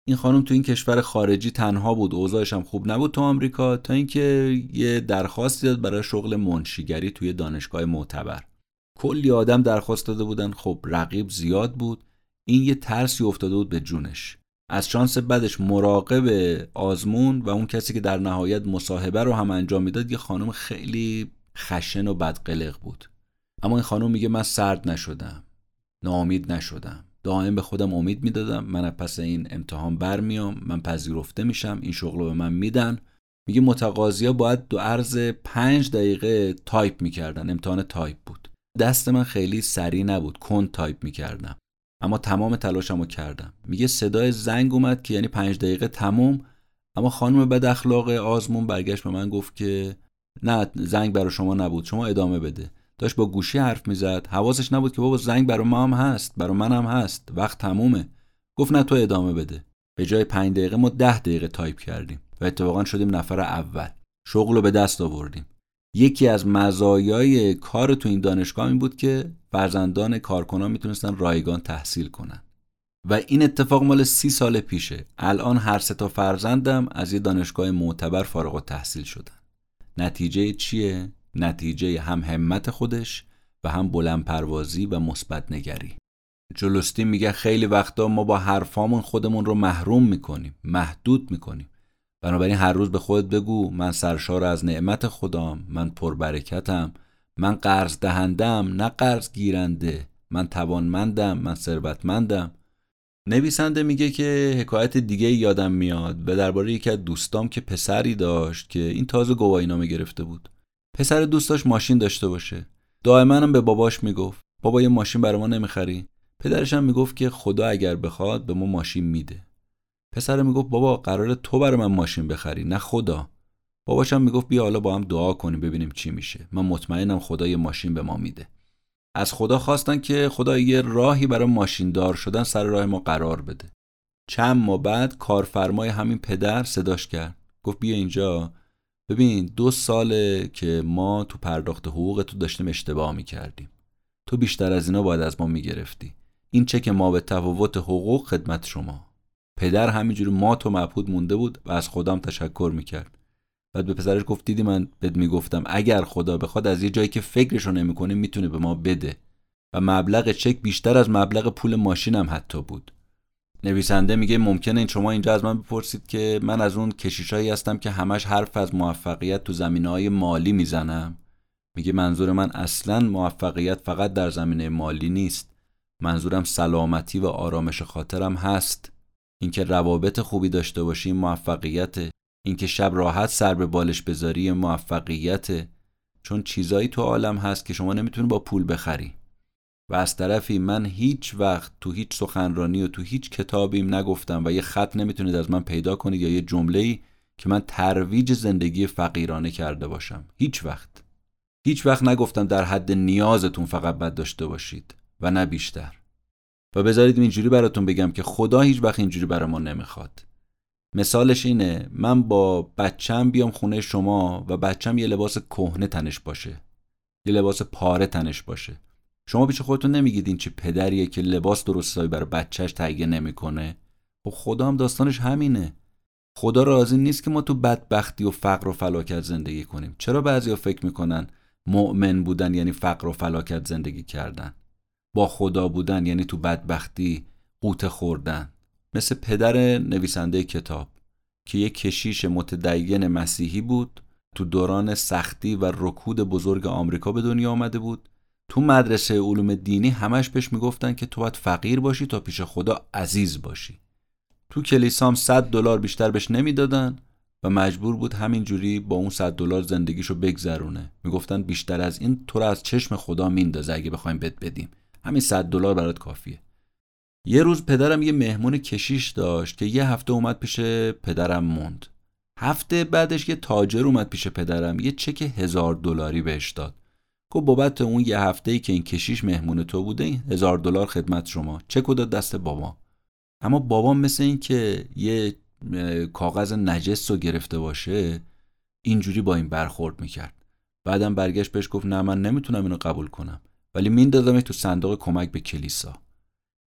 این خانم تو این کشور خارجی تنها بود، اوضاعش هم خوب نبود تو آمریکا، تا اینکه یه درخواستی داد برای شغل منشیگری توی دانشگاه معتبر. کلی آدم درخواست داده بودن، خب رقیب زیاد بود. این یه ترسی افتاده بود به جونش. از شانس بدش مراقب آزمون و اون کسی که در نهایت مصاحبه رو هم انجام میداد یه خانم خیلی خشن و بدقلق بود. اما این خانم میگه من سرد نشدم، ناامید نشدم، دائم به خودم امید میدادم من از پس این امتحان برمیام، من پذیرفته میشم، این شغل رو به من میدن. میگه متقاضیا باید دو عرض 5 دقیقه تایپ میکردن، امتحان تایپ بود. دست من خیلی سریع نبود، کند تایپ میکردم، اما تمام تلاشمو کردم. میگه صدای زنگ اومد که یعنی 5 دقیقه تموم، اما خانم بد اخلاق آزمون برگشت به من گفت که نه، زنگ برای شما نبود، شما ادامه بده. داشت با گوشی حرف میزد، حواسش نبود که بابا زنگ برای ما هم هست، برای من هم هست، وقت تمومه. گفت نه تو ادامه بده. به جای 5 دقیقه ما 10 دقیقه تایپ کردیم و اتفاقا شدیم نفر اول، شغل رو به دست آوردیم. یکی از مزایای کار تو این دانشگاه این بود که فرزندان کارکنان میتونستن رایگان تحصیل کنن و این اتفاق مال 30 سال پیشه. الان هر 3 تا فرزندم از یه دانشگاه معتبر فارغ التحصیل شدن. نتیجه چیه؟ نتیجه هم همت خودش و هم بلند پروازی و مثبت نگری. جول استین میگه خیلی وقتا ما با حرفامون خودمون رو محروم میکنیم، محدود میکنیم. بنابراین هر روز به خودت بگو من سرشار از نعمت خدام، من پربرکتم، من قرض دهندم نه قرض گیرنده، من توانمندم، من ثروتمندم. نویسنده میگه که حکایت دیگه یادم میاد به درباره یکی از دوستام که پسری داشت که این تازه گواهینامه گرفته بود. پسر دوستاش ماشین داشته باشه. دائما هم به باباش میگفت بابا یه ماشین برای ما نمیخری؟ پدرش هم میگفت که خدا اگر بخواد به ما ماشین میده. پسر میگفت بابا قراره تو برای من ماشین بخری نه خدا. باباش هم میگفت بیا حالا با هم دعا کنیم ببینیم چی میشه، من مطمئنم خدا یه ماشین به ما میده. از خدا خواستن که خدا یه راهی برای ماشین دار شدن سر راه ما قرار بده. چند ماه بعد کارفرمای همین پدر صداش کرد، گفت بیا اینجا ببین 2 ساله که ما تو پرداخت حقوق تو داشتیم اشتباه میکردیم، تو بیشتر از اینا باید از ما میگرفتی. این چک ما به تفاوت حقوق خدمت شما. پدر همینجوری مات و مبهوت مونده بود و از خدام تشکر میکرد. بعد به پسرش گفت دیدی من بهت میگفتم اگر خدا بخواد از یه جایی که فکرشو نمیکنیم میتونه به ما بده. و مبلغ چک بیشتر از مبلغ پول ماشینم حتی بود. نویسنده میگه ممکنه این شما اینجا از من بپرسید که من از اون کشیشایی هستم که همش حرف از موفقیت تو زمینه‌های مالی میزنم. میگه منظور من اصلاً موفقیت فقط در زمینه مالی نیست. منظورم سلامتی و آرامش خاطرم هست. اینکه روابط خوبی داشته باشی موفقیته. اینکه شب راحت سر به بالش بذاری موفقیته. چون چیزایی تو عالم هست که شما نمیتونی با پول بخری. و از طرفی من هیچ وقت تو هیچ سخنرانی و تو هیچ کتابیم نگفتم و یه خط نمیتونید از من پیدا کنید یا یه جمله‌ای که من ترویج زندگی فقیرانه کرده باشم. هیچ وقت نگفتم در حد نیازتون فقط باید داشته باشید و نه بیشتر. و بذارید اینجوری براتون بگم که خدا هیچ وقت اینجوری برای ما نمیخواد. مثالش اینه من با بچم بیام خونه شما و بچم یه لباس کهنه تنش باشه، یه لباس پاره تنش باشه. شما پیش خودتون نمیگید این چه پدریه که لباس درستایی برای بچهش تهیه نمیکنه؟ خب خدا هم داستانش همینه. خدا راضی نیست که ما تو بدبختی و فقر و فلاکت زندگی کنیم. چرا بعضیا فکر میکنن مؤمن بودن یعنی فقر و فلاکت زندگی کردن؟ با خدا بودن یعنی تو بدبختی قوت خوردن. مثل پدر نویسنده کتاب که یک کشیش متدین مسیحی بود، تو دوران سختی و رکود بزرگ آمریکا به دنیا آمده بود. تو مدرسه علوم دینی همش بهش میگفتن که تو باید فقیر باشی تا پیش خدا عزیز باشی. تو کلیسام $100 بیشتر بهش نمیدادن و مجبور بود همینجوری با اون $100 زندگیشو بگذرونه. میگفتن بیشتر از این تو رو از چشم خدا میندازه، اگه بخوایم بهت بدیم همین $100 برات کافیه. یه روز پدرم یه مهمون کشیش داشت که یه هفته اومد پیش پدرم موند. هفته بعدش یه تاجر اومد پیش پدرم، یه چک $1000 بهش داد. گفت بابت اون یه هفته‌ای که این کشیش مهمون تو بوده این $1000 خدمت شما. چکو داد دست بابا. اما بابام مثل این که یه کاغذ نجس رو گرفته باشه اینجوری با این برخورد میکرد. بعدم برگشت بهش گفت نه من نمیتونم اینو قبول کنم، ولی میندازمش تو صندوق کمک به کلیسا.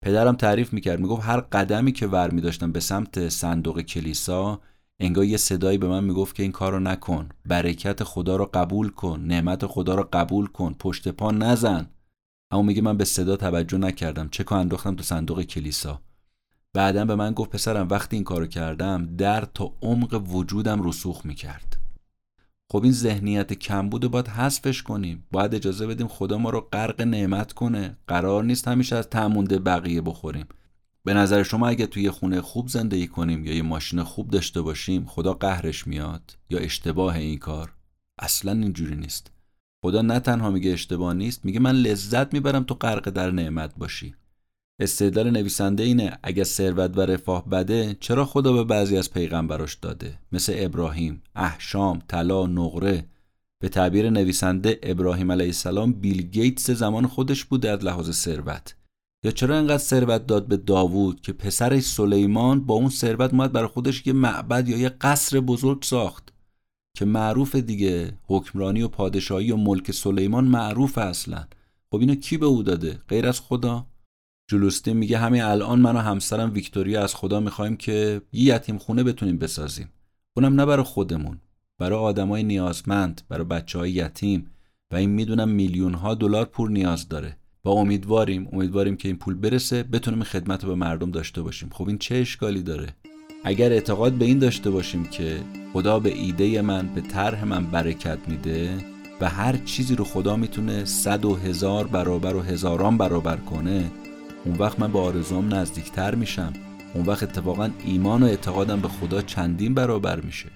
پدرم تعریف میکرد، میگفت هر قدمی که ور میداشتم به سمت صندوق کلیسا، انگار یه صدایی به من میگفت که این کارو نکن، برکت خدا رو قبول کن، نعمت خدا رو قبول کن، پشت پا نزن. اما میگه من به صدا توجه نکردم، چکو انداختم تو صندوق کلیسا. بعداً به من گفت پسرم وقتی این کارو کردم درد تا عمق وجودم رسوخ میکرد. خب این ذهنیت کمبود رو باید حذفش کنیم، باید اجازه بدیم خدا ما رو غرق نعمت کنه. قرار نیست همیشه از تمونده بقیه بخوریم. به نظر شما اگه توی یه خونه خوب زندگی کنیم یا یه ماشین خوب داشته باشیم خدا قهرش میاد یا اشتباه این کار؟ اصلا اینجوری نیست. خدا نه تنها میگه اشتباه نیست، میگه من لذت میبرم تو غرق در نعمت باشی. استدلال نویسنده اینه اگه ثروت و رفاه بده چرا خدا به بعضی از پیغمبراش داده، مثل ابراهیم، احشام، طلا، نقره. به تعبیر نویسنده ابراهیم علیه السلام بیل گیتس زمان خودش بوده از لحاظ ثروت. یا چرا انقدر ثروت داد به داوود که پسرش سلیمان با اون ثروت اومد برای خودش یه معبد یا یه قصر بزرگ ساخت که معروف دیگه، حکمرانی و پادشاهی و ملک سلیمان معروف اصلا. خب اینو کی به او داده غیر از خدا؟ جولوستین میگه همین الان من و همسرم ویکتوریا از خدا میخوایم که یه یتیم خونه بتونیم بسازیم، اونم نه برای خودمون، برای آدمای نیازمند، برای بچهای یتیم. و این میدونم میلیون ها دلار پول نیاز داره و امیدواریم که این پول برسه بتونیم خدمت رو به مردم داشته باشیم. خب این چه اشکالی داره؟ اگر اعتقاد به این داشته باشیم که خدا به ایده من، به طرح من برکت میده و هر چیزی رو خدا میتونه 100 و 1000 برابر و هزاران برابر کنه، اون وقت من به آرزوام نزدیکتر میشم. اون وقت اتفاقا ایمان و اعتقادم به خدا چندین برابر میشه.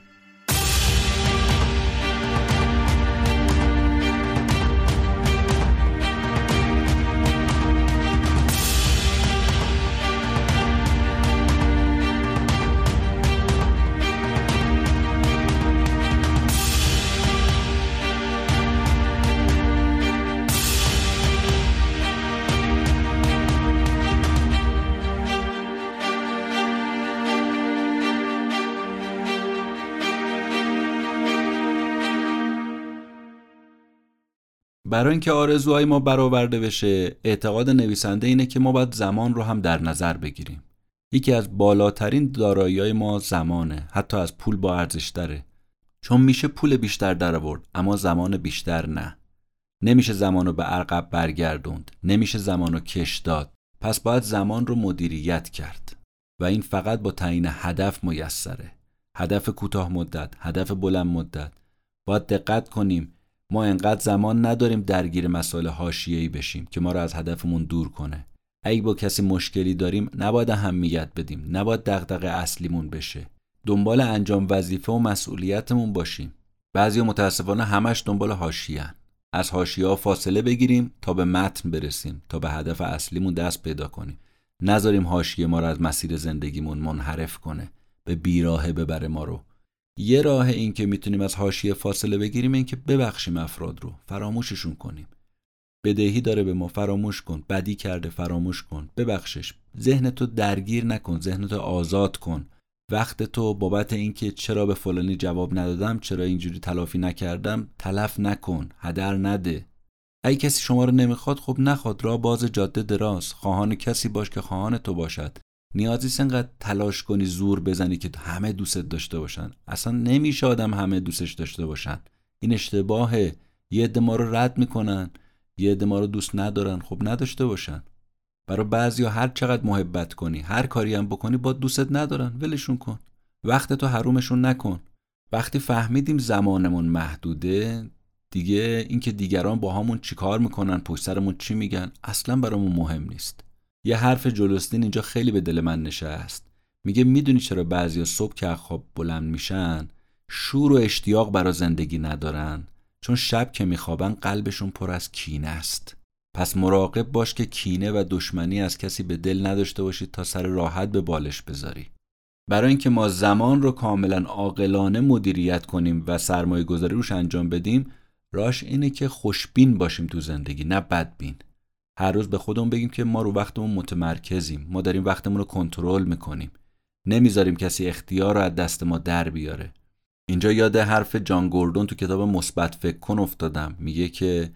برای اینکه آرزوهای ما برآورده بشه، اعتقاد نویسنده اینه که ما باید زمان رو هم در نظر بگیریم. یکی از بالاترین دارایی‌های ما زمانه، حتی از پول با ارزش‌تره. چون میشه پول بیشتر درآورد اما زمان بیشتر نه. نمیشه زمان رو به عقب برگردوند، نمیشه زمان رو کش داد. پس باید زمان رو مدیریت کرد و این فقط با تعیین هدف میسره. هدف کوتاه مدت، هدف بلند مدت. باید دقت کنیم ما انقدر زمان نداریم درگیر مسائل حاشیه‌ای بشیم که ما رو از هدفمون دور کنه. اگه با کسی مشکلی داریم نباید اهمیت بدیم، نباید دغدغه اصلیمون بشه. دنبال انجام وظیفه و مسئولیتمون باشیم. بعضیا متاسفانه همش دنبال حاشیه‌ان. از حاشیه‌ها فاصله بگیریم تا به متن برسیم، تا به هدف اصلیمون دست پیدا کنیم. نذاریم حاشیه ما رو از مسیر زندگیمون منحرف کنه، به بیراهه ببره ما رو. یه راه این که میتونیم از حاشیه فاصله بگیریم این که ببخشیم افراد رو، فراموششون کنیم. بدهی داره به ما، فراموش کن. بدی کرده، فراموش کن، ببخشش. ذهنتو درگیر نکن، ذهنتو آزاد کن. وقتتو بابت این که چرا به فلانی جواب ندادم، چرا اینجوری تلافی نکردم تلف نکن، هدر نده. اگه کسی شما رو نمیخواد خب نخواد، راه باز، جاده دراز. خواهان کسی باش که خواهان تو باشد. نیازی نیست انقدر تلاش کنی زور بزنی که همه دوست داشته باشن. اصلا نمیشه آدم همه دوستش داشته باشن. این اشتباهه. یه عده ما رو رد میکنن، یه عده ما رو دوست ندارن. خب نداشته باشن. برای بعضیا هر چقدر محبت کنی، هر کاری هم بکنی با دوستت ندارن، ولشون کن. وقتتو حرومشون نکن. وقتی فهمیدیم زمانمون محدوده، دیگه اینکه دیگران با همون چی کار میکنن، پشت سرمون چی میگن، اصلا برامون مهم نیست. یه حرف جولوستین اینجا خیلی به دل من نشست. میگه میدونی چرا بعضیا صبح که خواب بلند میشن شور و اشتیاق برای زندگی ندارن؟ چون شب که میخوابن قلبشون پر از کینه است. پس مراقب باش که کینه و دشمنی از کسی به دل نداشته باشی تا سر راحت به بالش بذاری. برای اینکه ما زمان رو کاملا عاقلانه مدیریت کنیم و سرمایه گذاری روش انجام بدیم، راهش اینه که خوشبین باشیم تو زندگی، نه بدبین. هر روز به خودمون بگیم که ما رو وقتمون متمرکزیم، ما داریم وقتمون رو کنترل میکنیم، نمیذاریم کسی اختیار رو از دست ما در بیاره. اینجا یاد حرف جان گوردون تو کتاب مثبت فکر کن افتادم. میگه که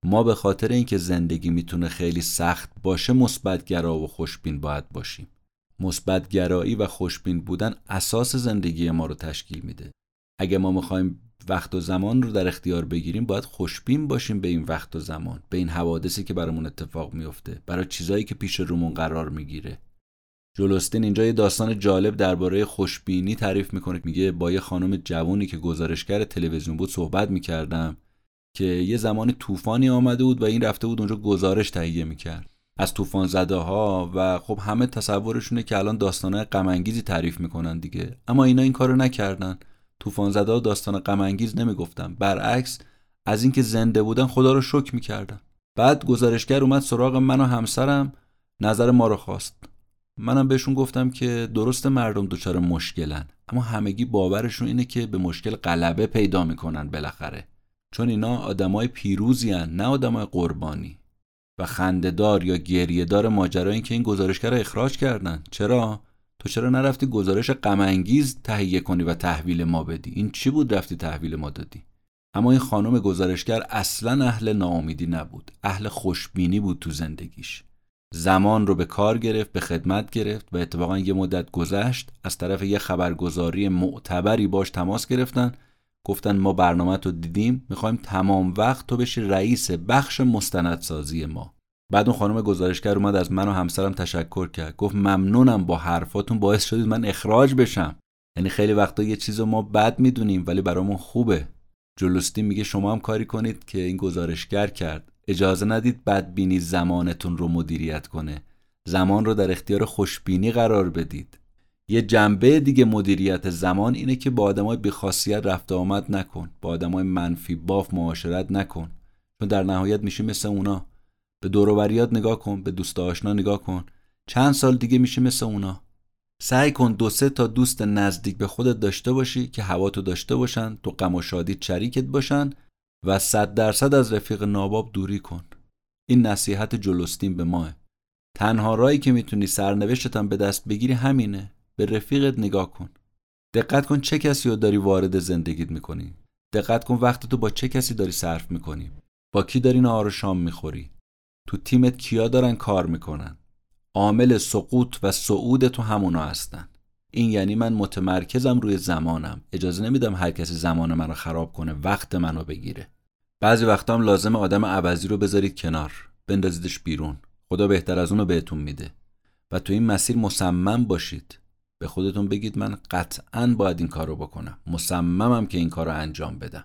ما به خاطر اینکه زندگی میتونه خیلی سخت باشه مثبت‌گرا و خوشبین باید باشیم. مثبت‌گرایی و خوشبین بودن اساس زندگی ما رو تشکیل میده. اگه ما میخوایم وقت و زمان رو در اختیار بگیریم باید خوشبین باشیم به این وقت و زمان، به این حوادثی که برامون اتفاق میفته، برای چیزایی که پیش رومون قرار میگیره. جول استین اینجا یه داستان جالب درباره خوشبینی تعریف میکنه. میگه با یه خانم جوونی که گزارشگر تلویزیون بود صحبت میکردم که یه زمان طوفانی آمده بود و این رفته بود اونجا گزارش تهیه میکرد از طوفان زده ها و خب همه تصورشونه که الان داستانای غم انگیزی تعریف میکنن دیگه، اما اینا این کارو نکردن. طوفان زده ها داستان غم انگیز نمیگفتن، برعکس از اینکه زنده بودن خدا رو شکر میکردن. بعد گزارشگر اومد سراغ من و همسرم، نظر ما رو خواست. منم بهشون گفتم که درست مردم دچار مشکلن، اما همگی باورشون اینه که به مشکل غلبه پیدا میکنن بالاخره، چون اینا آدمای پیروزی هن، نه آدمای قربانی. و خنده‌دار یا گریه‌دار ماجرا این که این گزارشگر رو اخراج کردن. چرا؟ تو چرا نرفتی گزارش غم انگیز تهیه کنی و تحویل ما بدی؟ این چی بود رفتی تحویل ما دادی؟ اما این خانم گزارشگر اصلا اهل ناامیدی نبود، اهل خوشبینی بود تو زندگیش. زمان رو به کار گرفت، به خدمت گرفت و اتفاقا یه مدت گذشت، از طرف یه خبرگزاری معتبری باش تماس گرفتن، گفتن ما برنامه تو دیدیم، میخوایم تمام وقت تو بشی رئیس بخش مستندسازی ما. بعد اون خانم گزارشگر اومد از من و همسرم تشکر کرد، گفت ممنونم، با حرفاتون باعث شدید من اخراج بشم. یعنی خیلی وقتا یه چیزو ما بد میدونیم ولی برامون خوبه. جول استین میگه شما هم کاری کنید که این گزارشگر کرد. اجازه ندید بدبینی زمانتون رو مدیریت کنه. زمان رو در اختیار خوشبینی قرار بدید. یه جنبه دیگه مدیریت زمان اینه که با آدمای بی‌خاصیت رفت و آمد نکن، با آدمای منفی باف معاشرت نکن، چون در نهایت میشی مثل اونا. به دور و بریات نگاه کن، به دوست آشنا نگاه کن، چند سال دیگه میشی مثل اونا. سعی کن 2-3 تا دوست نزدیک به خودت داشته باشی که هواتو داشته باشن، تو غم و شادی شریکت باشن و 100% از رفیق ناباب دوری کن. این نصیحت جول استین به ماه. تنها راهی که میتونی سرنوشتت هم به دست بگیری همینه. به رفیقت نگاه کن. دقت کن چه کسی رو داری وارد زندگیت میکنی. دقت کن وقتتو با چه کسی داری صرف میکنی. با کی داری نهار و شام میخوری. تو تیمت کیا دارن کار میکنن. عامل سقوط و صعود تو همونا هستن. این یعنی من متمرکزم روی زمانم. اجازه نمیدم هر کسی زمان منو خراب کنه، وقت منو بگیره. بعضی وقتا هم لازمه آدم عوضی رو بذارید کنار، بندازیدش بیرون. خدا بهتر از اونو بهتون میده. و تو این مسیر مصمم باشید. به خودتون بگید من قطعاً باید این کارو بکنم. مصممم که این کارو انجام بدم.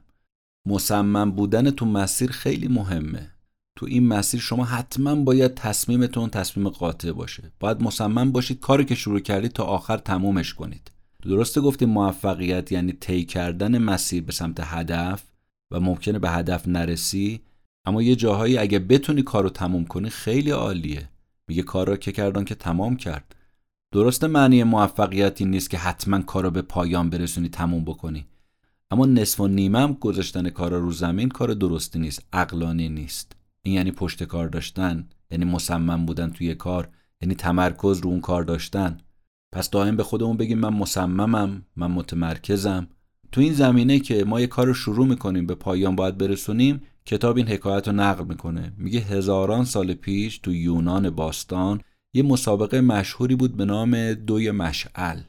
مصمم بودن تو مسیر خیلی مهمه. تو این مسیر شما حتما باید تصمیمتون تصمیم قاطع باشه. باید مصمم باشید کاری که شروع کردید تا آخر تمومش کنید. درسته گفتیم موفقیت یعنی طی کردن مسیر به سمت هدف و ممکنه به هدف نرسی، اما یه جاهایی اگه بتونی کارو تموم کنی خیلی عالیه. میگه کار را که کردن که تمام کرد. درسته معنی موفقیت این نیست که حتما کارو به پایان برسونی، تموم بکنی، اما نصف و نیمه گذاشتن کارا رو زمین کار درستی نیست، عقلانی نیست. این یعنی پشت کار داشتن، یعنی مصمم بودن توی کار، یعنی تمرکز رو اون کار داشتن. پس دائم به خودمون بگیم من مصممم، من متمرکزم. تو این زمینه که ما یه کار رو شروع میکنیم به پایان باید برسونیم، کتاب این حکایت رو نقل میکنه. میگه هزاران سال پیش تو یونان باستان یه مسابقه مشهوری بود به نام دوی مشعل.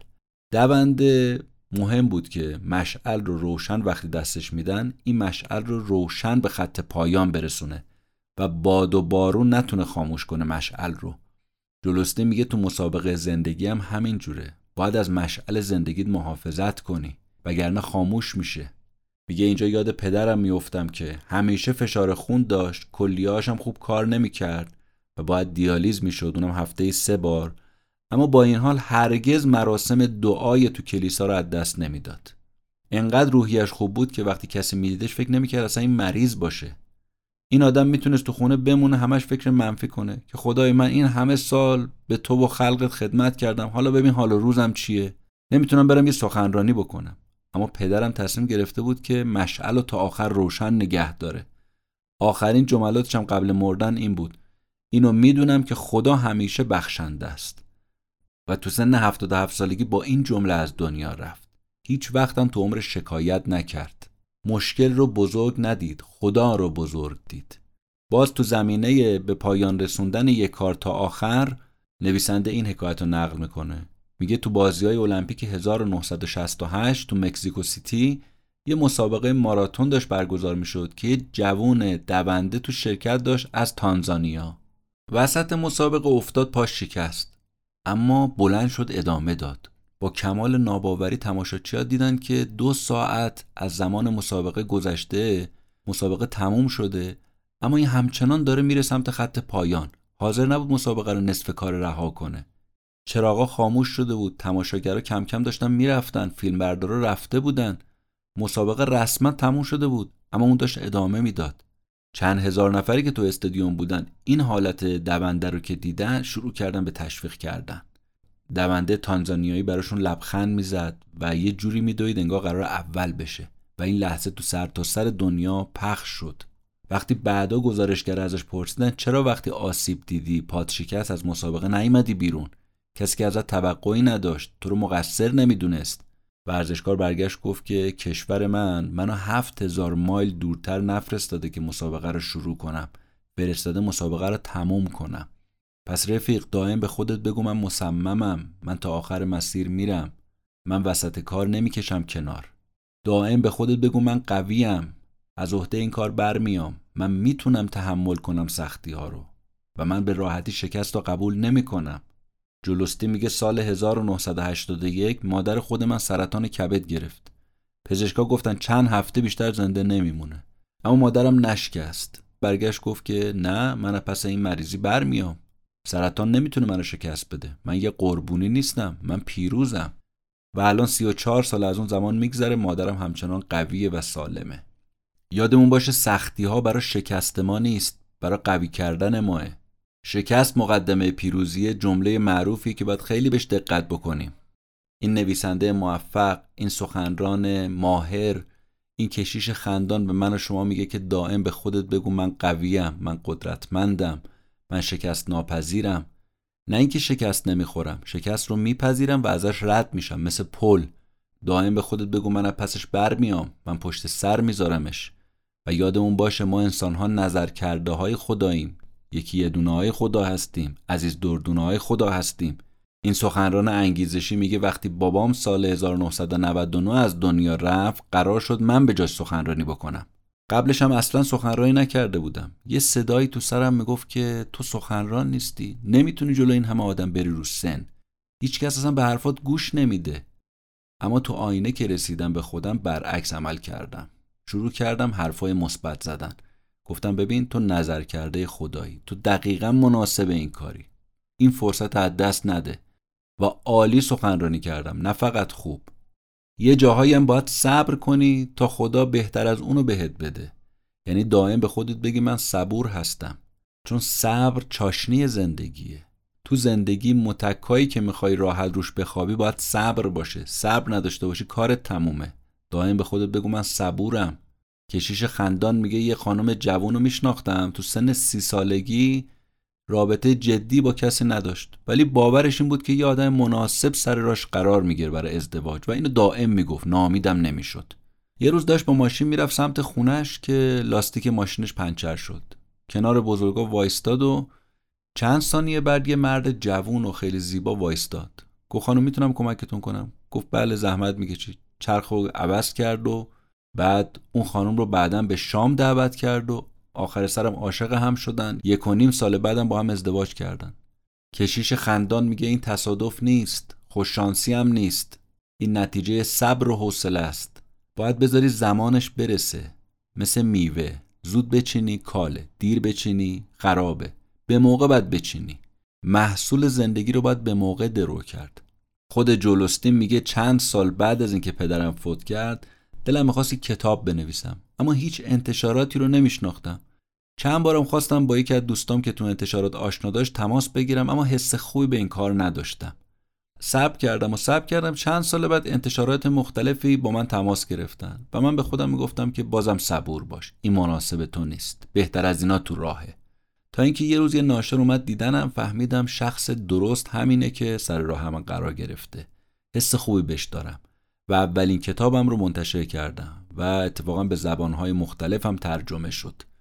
دونده مهم بود که مشعل رو روشن وقتی دستش میدن، این مشعل رو روشن به خط پایان برسونه و باد و بارون نتونه خاموش کنه مشعل رو. جول استین میگه تو مسابقه زندگی هم همین جوره. باید از مشعل زندگیت محافظت کنی وگرنه خاموش میشه. میگه اینجا یاد پدرم میافتم که همیشه فشار خون داشت، کلیه‌اش هم خوب کار نمیکرد و باید دیالیز میشد، اونم هفته 3 بار. اما با این حال هرگز مراسم دعای تو کلیسا رو از دست نمیداد. انقدر روحیش خوب بود که وقتی کسی میدیدش فکر نمیکرد اصلا این مریض باشه. این آدم میتونست تو خونه بمونه همش فکر منفی کنه که خدای من این همه سال به تو و خلقت خدمت کردم، حالا ببین حال و روزم چیه، نمیتونم برم یه سخنرانی بکنم. اما پدرم تصمیم گرفته بود که مشعل رو تا آخر روشن نگه داره. آخرین جملاتش هم قبل مردن این بود: اینو میدونم که خدا همیشه بخشنده است. و تو سن 77 سالگی با این جمله از دنیا رفت. هیچ وقت هم تو عمرش شکایت نکرد. مشکل رو بزرگ ندید، خدا رو بزرگ دید. باز تو زمینه به پایان رسوندن یک کار تا آخر نویسنده این حکایت رو نقل میکنه. میگه تو بازی‌های المپیک 1968 تو مکزیکو سیتی یه مسابقه ماراتون داشت برگزار میشد که یه جوون دونده تو شرکت داشت از تانزانیا. وسط مسابقه افتاد، پاش شکست، اما بلند شد ادامه داد. با کمال ناباوری تماشاچی‌ها دیدن که 2 ساعت از زمان مسابقه گذشته، مسابقه تموم شده، اما این همچنان داره میره سمت خط پایان. حاضر نبود مسابقه رو نصف کار رها کنه. چراغا خاموش شده بود، تماشاگرها کم کم داشتن میرفتن، فیلمبردارا رفته بودن. مسابقه رسما تموم شده بود، اما اون داشت ادامه میداد. چند هزار نفری که تو استادیوم بودن این حالت دونده رو که دیدن شروع کردن به تشویق کردن. دونده تانزانیایی براشون لبخند میزد و یه جوری میدوید انگار قرار اول بشه و این لحظه تو سرتاسر دنیا پخش شد. وقتی بعدا گزارشگر ازش پرسیدن چرا وقتی آسیب دیدی، پات شکست، از مسابقه نیومدی بیرون؟ کسی که ازت توقعی نداشت، تو رو مقصر نمیدونست. ورزشکار برگشت گفت که کشور منو 7000 مایل دورتر نفرستاده که مسابقه رو شروع کنم، فرستاده مسابقه رو تموم کنم. پس رفیق، دائم به خودت بگو من مصممم، من تا آخر مسیر میرم، من وسط کار نمیکشم کنار. دائم به خودت بگو من قویم، از عهده این کار برمیام، من میتونم تحمل کنم سختی ها رو و من به راحتی شکست رو قبول نمیکنم. جولوستی میگه سال 1981 مادر خود من سرطان کبد گرفت. پزشکا گفتن چند هفته بیشتر زنده نمیمونه، اما مادرم نشکست. برگشت گفت که نه، من پس این مریضی برمیام. سرطان نمیتونه منو شکست بده، من یه قربونی نیستم، من پیروزم. و الان 34 سال از اون زمان میگذره، مادرم همچنان قویه و سالمه. یادمون باشه سختی ها برای شکست ما نیست، برای قوی کردن ماه. شکست مقدمه پیروزی، جمله معروفی که باید خیلی بهش دقت بکنیم. این نویسنده موفق، این سخنران ماهر، این کشیش خندان به من و شما میگه که دائم به خودت بگو من قویم، من قدرتمندم، من شکست ناپذیرم. نه اینکه شکست نمیخورم، شکست رو میپذیرم و ازش رد میشم، مثل پل. دائم به خودت بگو من از پسش برمیام، من پشت سر میذارمش. و یادمون باشه ما انسان‌ها نظر کرده های خداییم، یکی یه دونه های خدا هستیم، عزیز دردونه های خدا هستیم. این سخنران انگیزشی میگه وقتی بابام سال 1999 از دنیا رفت، قرار شد من به جاش سخنرانی بکنم. قبلش هم اصلا سخنرانی نکرده بودم. یه صدایی تو سرم میگفت که تو سخنران نیستی، نمیتونی جلو این همه آدم بری رو سن، هیچ کس اصلا به حرفات گوش نمیده. اما تو آینه که رسیدم به خودم برعکس عمل کردم. شروع کردم حرفای مثبت زدن. گفتم ببین تو نظر کرده خدایی، تو دقیقاً مناسب این کاری، این فرصت از دست نده. و عالی سخنرانی کردم، نه فقط خوب. یه جاهایی هم باید صبر کنی تا خدا بهتر از اونو بهت بده. یعنی دائم به خودت بگی من صبور هستم، چون صبر چاشنی زندگیه. تو زندگی متکایی که میخوای راحت روش بخوابی باید صبر باشه. صبر نداشته باشی کارت تمومه. دائم به خودت بگو من صبورم. کشیش خندان میگه یه خانم جوونو میشناختم، تو سن 30 سالگی رابطه جدی با کسی نداشت، ولی باورش این بود که یه آدم مناسب سر راش قرار میگیره برای ازدواج و اینو دائم میگفت، ناامیدم نمیشد. یه روز داشت با ماشین میرفت سمت خونش که لاستیک ماشینش پنچر شد. کنار بزرگا وایستاد و چند ثانیه بعد یه مرد جوون و خیلی زیبا وایستاد. گفت خانم میتونم کمکتون کنم؟ گفت بله زحمت میکشید. چرخو عوض کرد و بعد اون خانم رو بعداً به شام دعوت کرد و آخر سرم عاشق هم شدن. 1.5 سال بعدم با هم ازدواج کردن. کشیش خندان میگه این تصادف نیست، خوششانسی هم نیست، این نتیجه صبر و حوصله است. باید بذاری زمانش برسه. مثل میوه، زود بچینی کاله، دیر بچینی خرابه. به موقع باید بچینی. محصول زندگی رو باید به موقع درو کرد. خود جولوستین میگه چند سال بعد از اینکه پدرم فوت کرد دلم می‌خواست کتاب بنویسم، اما هیچ انتشاراتی رو نمیشناختم. چند بارم خواستم با یکی از دوستام که تو انتشارات آشنا داشت تماس بگیرم، اما حس خوبی به این کار نداشتم. صبر کردم. چند سال بعد انتشارات مختلفی با من تماس گرفتن و من به خودم میگفتم که بازم صبور باش، این مناسب تو نیست، بهتر از اینا تو راهه. تا اینکه یه روز یه ناشر اومد دیدنم، فهمیدم شخص درست همینه که سر راه من قرار گرفته. حس خوبی بهش دارم و اولین کتابم رو منتشر کردم و اتفاقا به زبانهای مختلف هم ترجمه شد.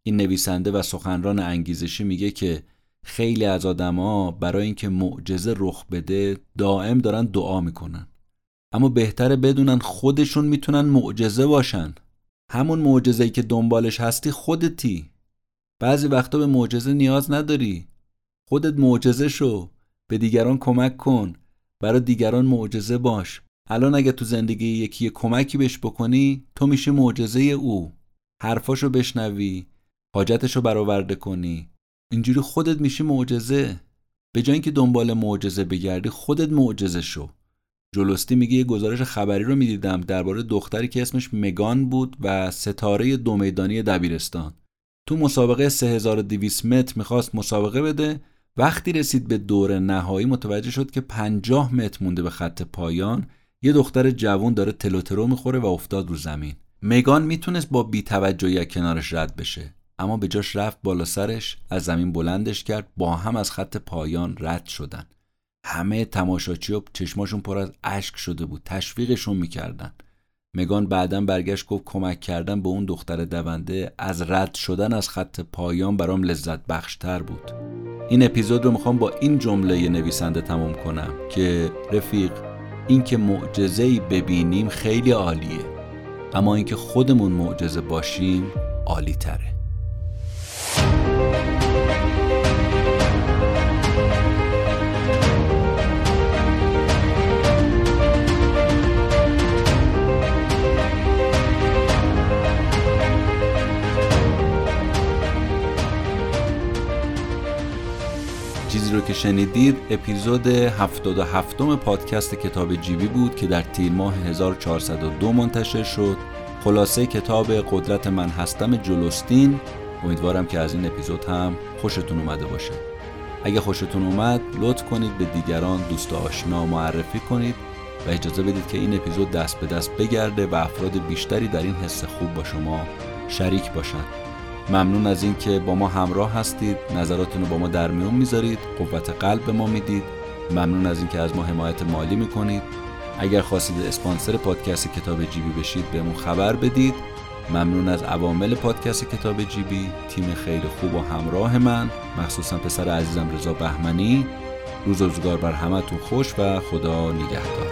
این نویسنده و سخنران انگیزشی میگه که خیلی از آدما برای اینکه معجزه رخ بده دائم دارن دعا میکنن، اما بهتره بدونن خودشون میتونن معجزه باشن. همون معجزه‌ای که دنبالش هستی خودتی. بعضی وقتا به معجزه نیاز نداری. خودت معجزه شو، به دیگران کمک کن، برای دیگران معجزه باش. الان اگه تو زندگی یکی کمکی بهش بکنی، تو میشی معجزه او. حرفاشو بشنوی، حاجتشو برآورده کنی، اینجوری خودت میشی معجزه. به جای اینکه دنبال معجزه بگردی، خودت معجزه شو. جول استین میگه یه گزارش خبری رو میدیدم درباره دختری که اسمش مگان بود و ستاره 2 میدانی دبیرستان. تو مسابقه 3200 متر میخواست مسابقه بده. وقتی رسید به دور نهایی متوجه شد که 50 متر مونده به خط پایان. یه دختر جوان داره تلوترو میخوره و افتاد رو زمین. مگان میتونست با بی‌توجهی کنارش رد بشه، اما به جاش رفت بالا سرش، از زمین بلندش کرد، با هم از خط پایان رد شدن. همه تماشاچی‌ها چشماشون پر از اشک شده بود، تشویقشون میکردن. مگان بعداً برگشت گفت کمک کردن به اون دختر دونده از رد شدن از خط پایان برام لذت بخشتر بود. این اپیزود رو میخوام با این جمله نویسنده تموم کنم که رفیق، این که معجزه‌ای ببینیم خیلی عالیه، اما این که خودمون معجزه باشیم عالی تره. چیزی رو که شنیدید اپیزود 77 پادکست کتاب جیبی بود که در تیر ماه 1402 منتشر شد. خلاصه کتاب قدرت من هستم جول استین. امیدوارم که از این اپیزود هم خوشتون اومده باشه. اگه خوشتون اومد لطف کنید به دیگران، دوست و آشنا معرفی کنید و اجازه بدید که این اپیزود دست به دست بگرده و افراد بیشتری در این حس خوب با شما شریک باشن. ممنون از این که با ما همراه هستید، نظراتتون رو با ما در میون میذارید، قوت قلب به ما میدید. ممنون از این که از ما حمایت مالی میکنید. اگر خواستید اسپانسر پادکست کتاب جیبی بشید بهمون خبر بدید. ممنون از عوامل پادکست کتاب جیبی، تیم خیلی خوب و همراه من، مخصوصا پسر عزیزم رضا بهمنی. روز و روزگار بر همتون خوش و خدا نگهدار.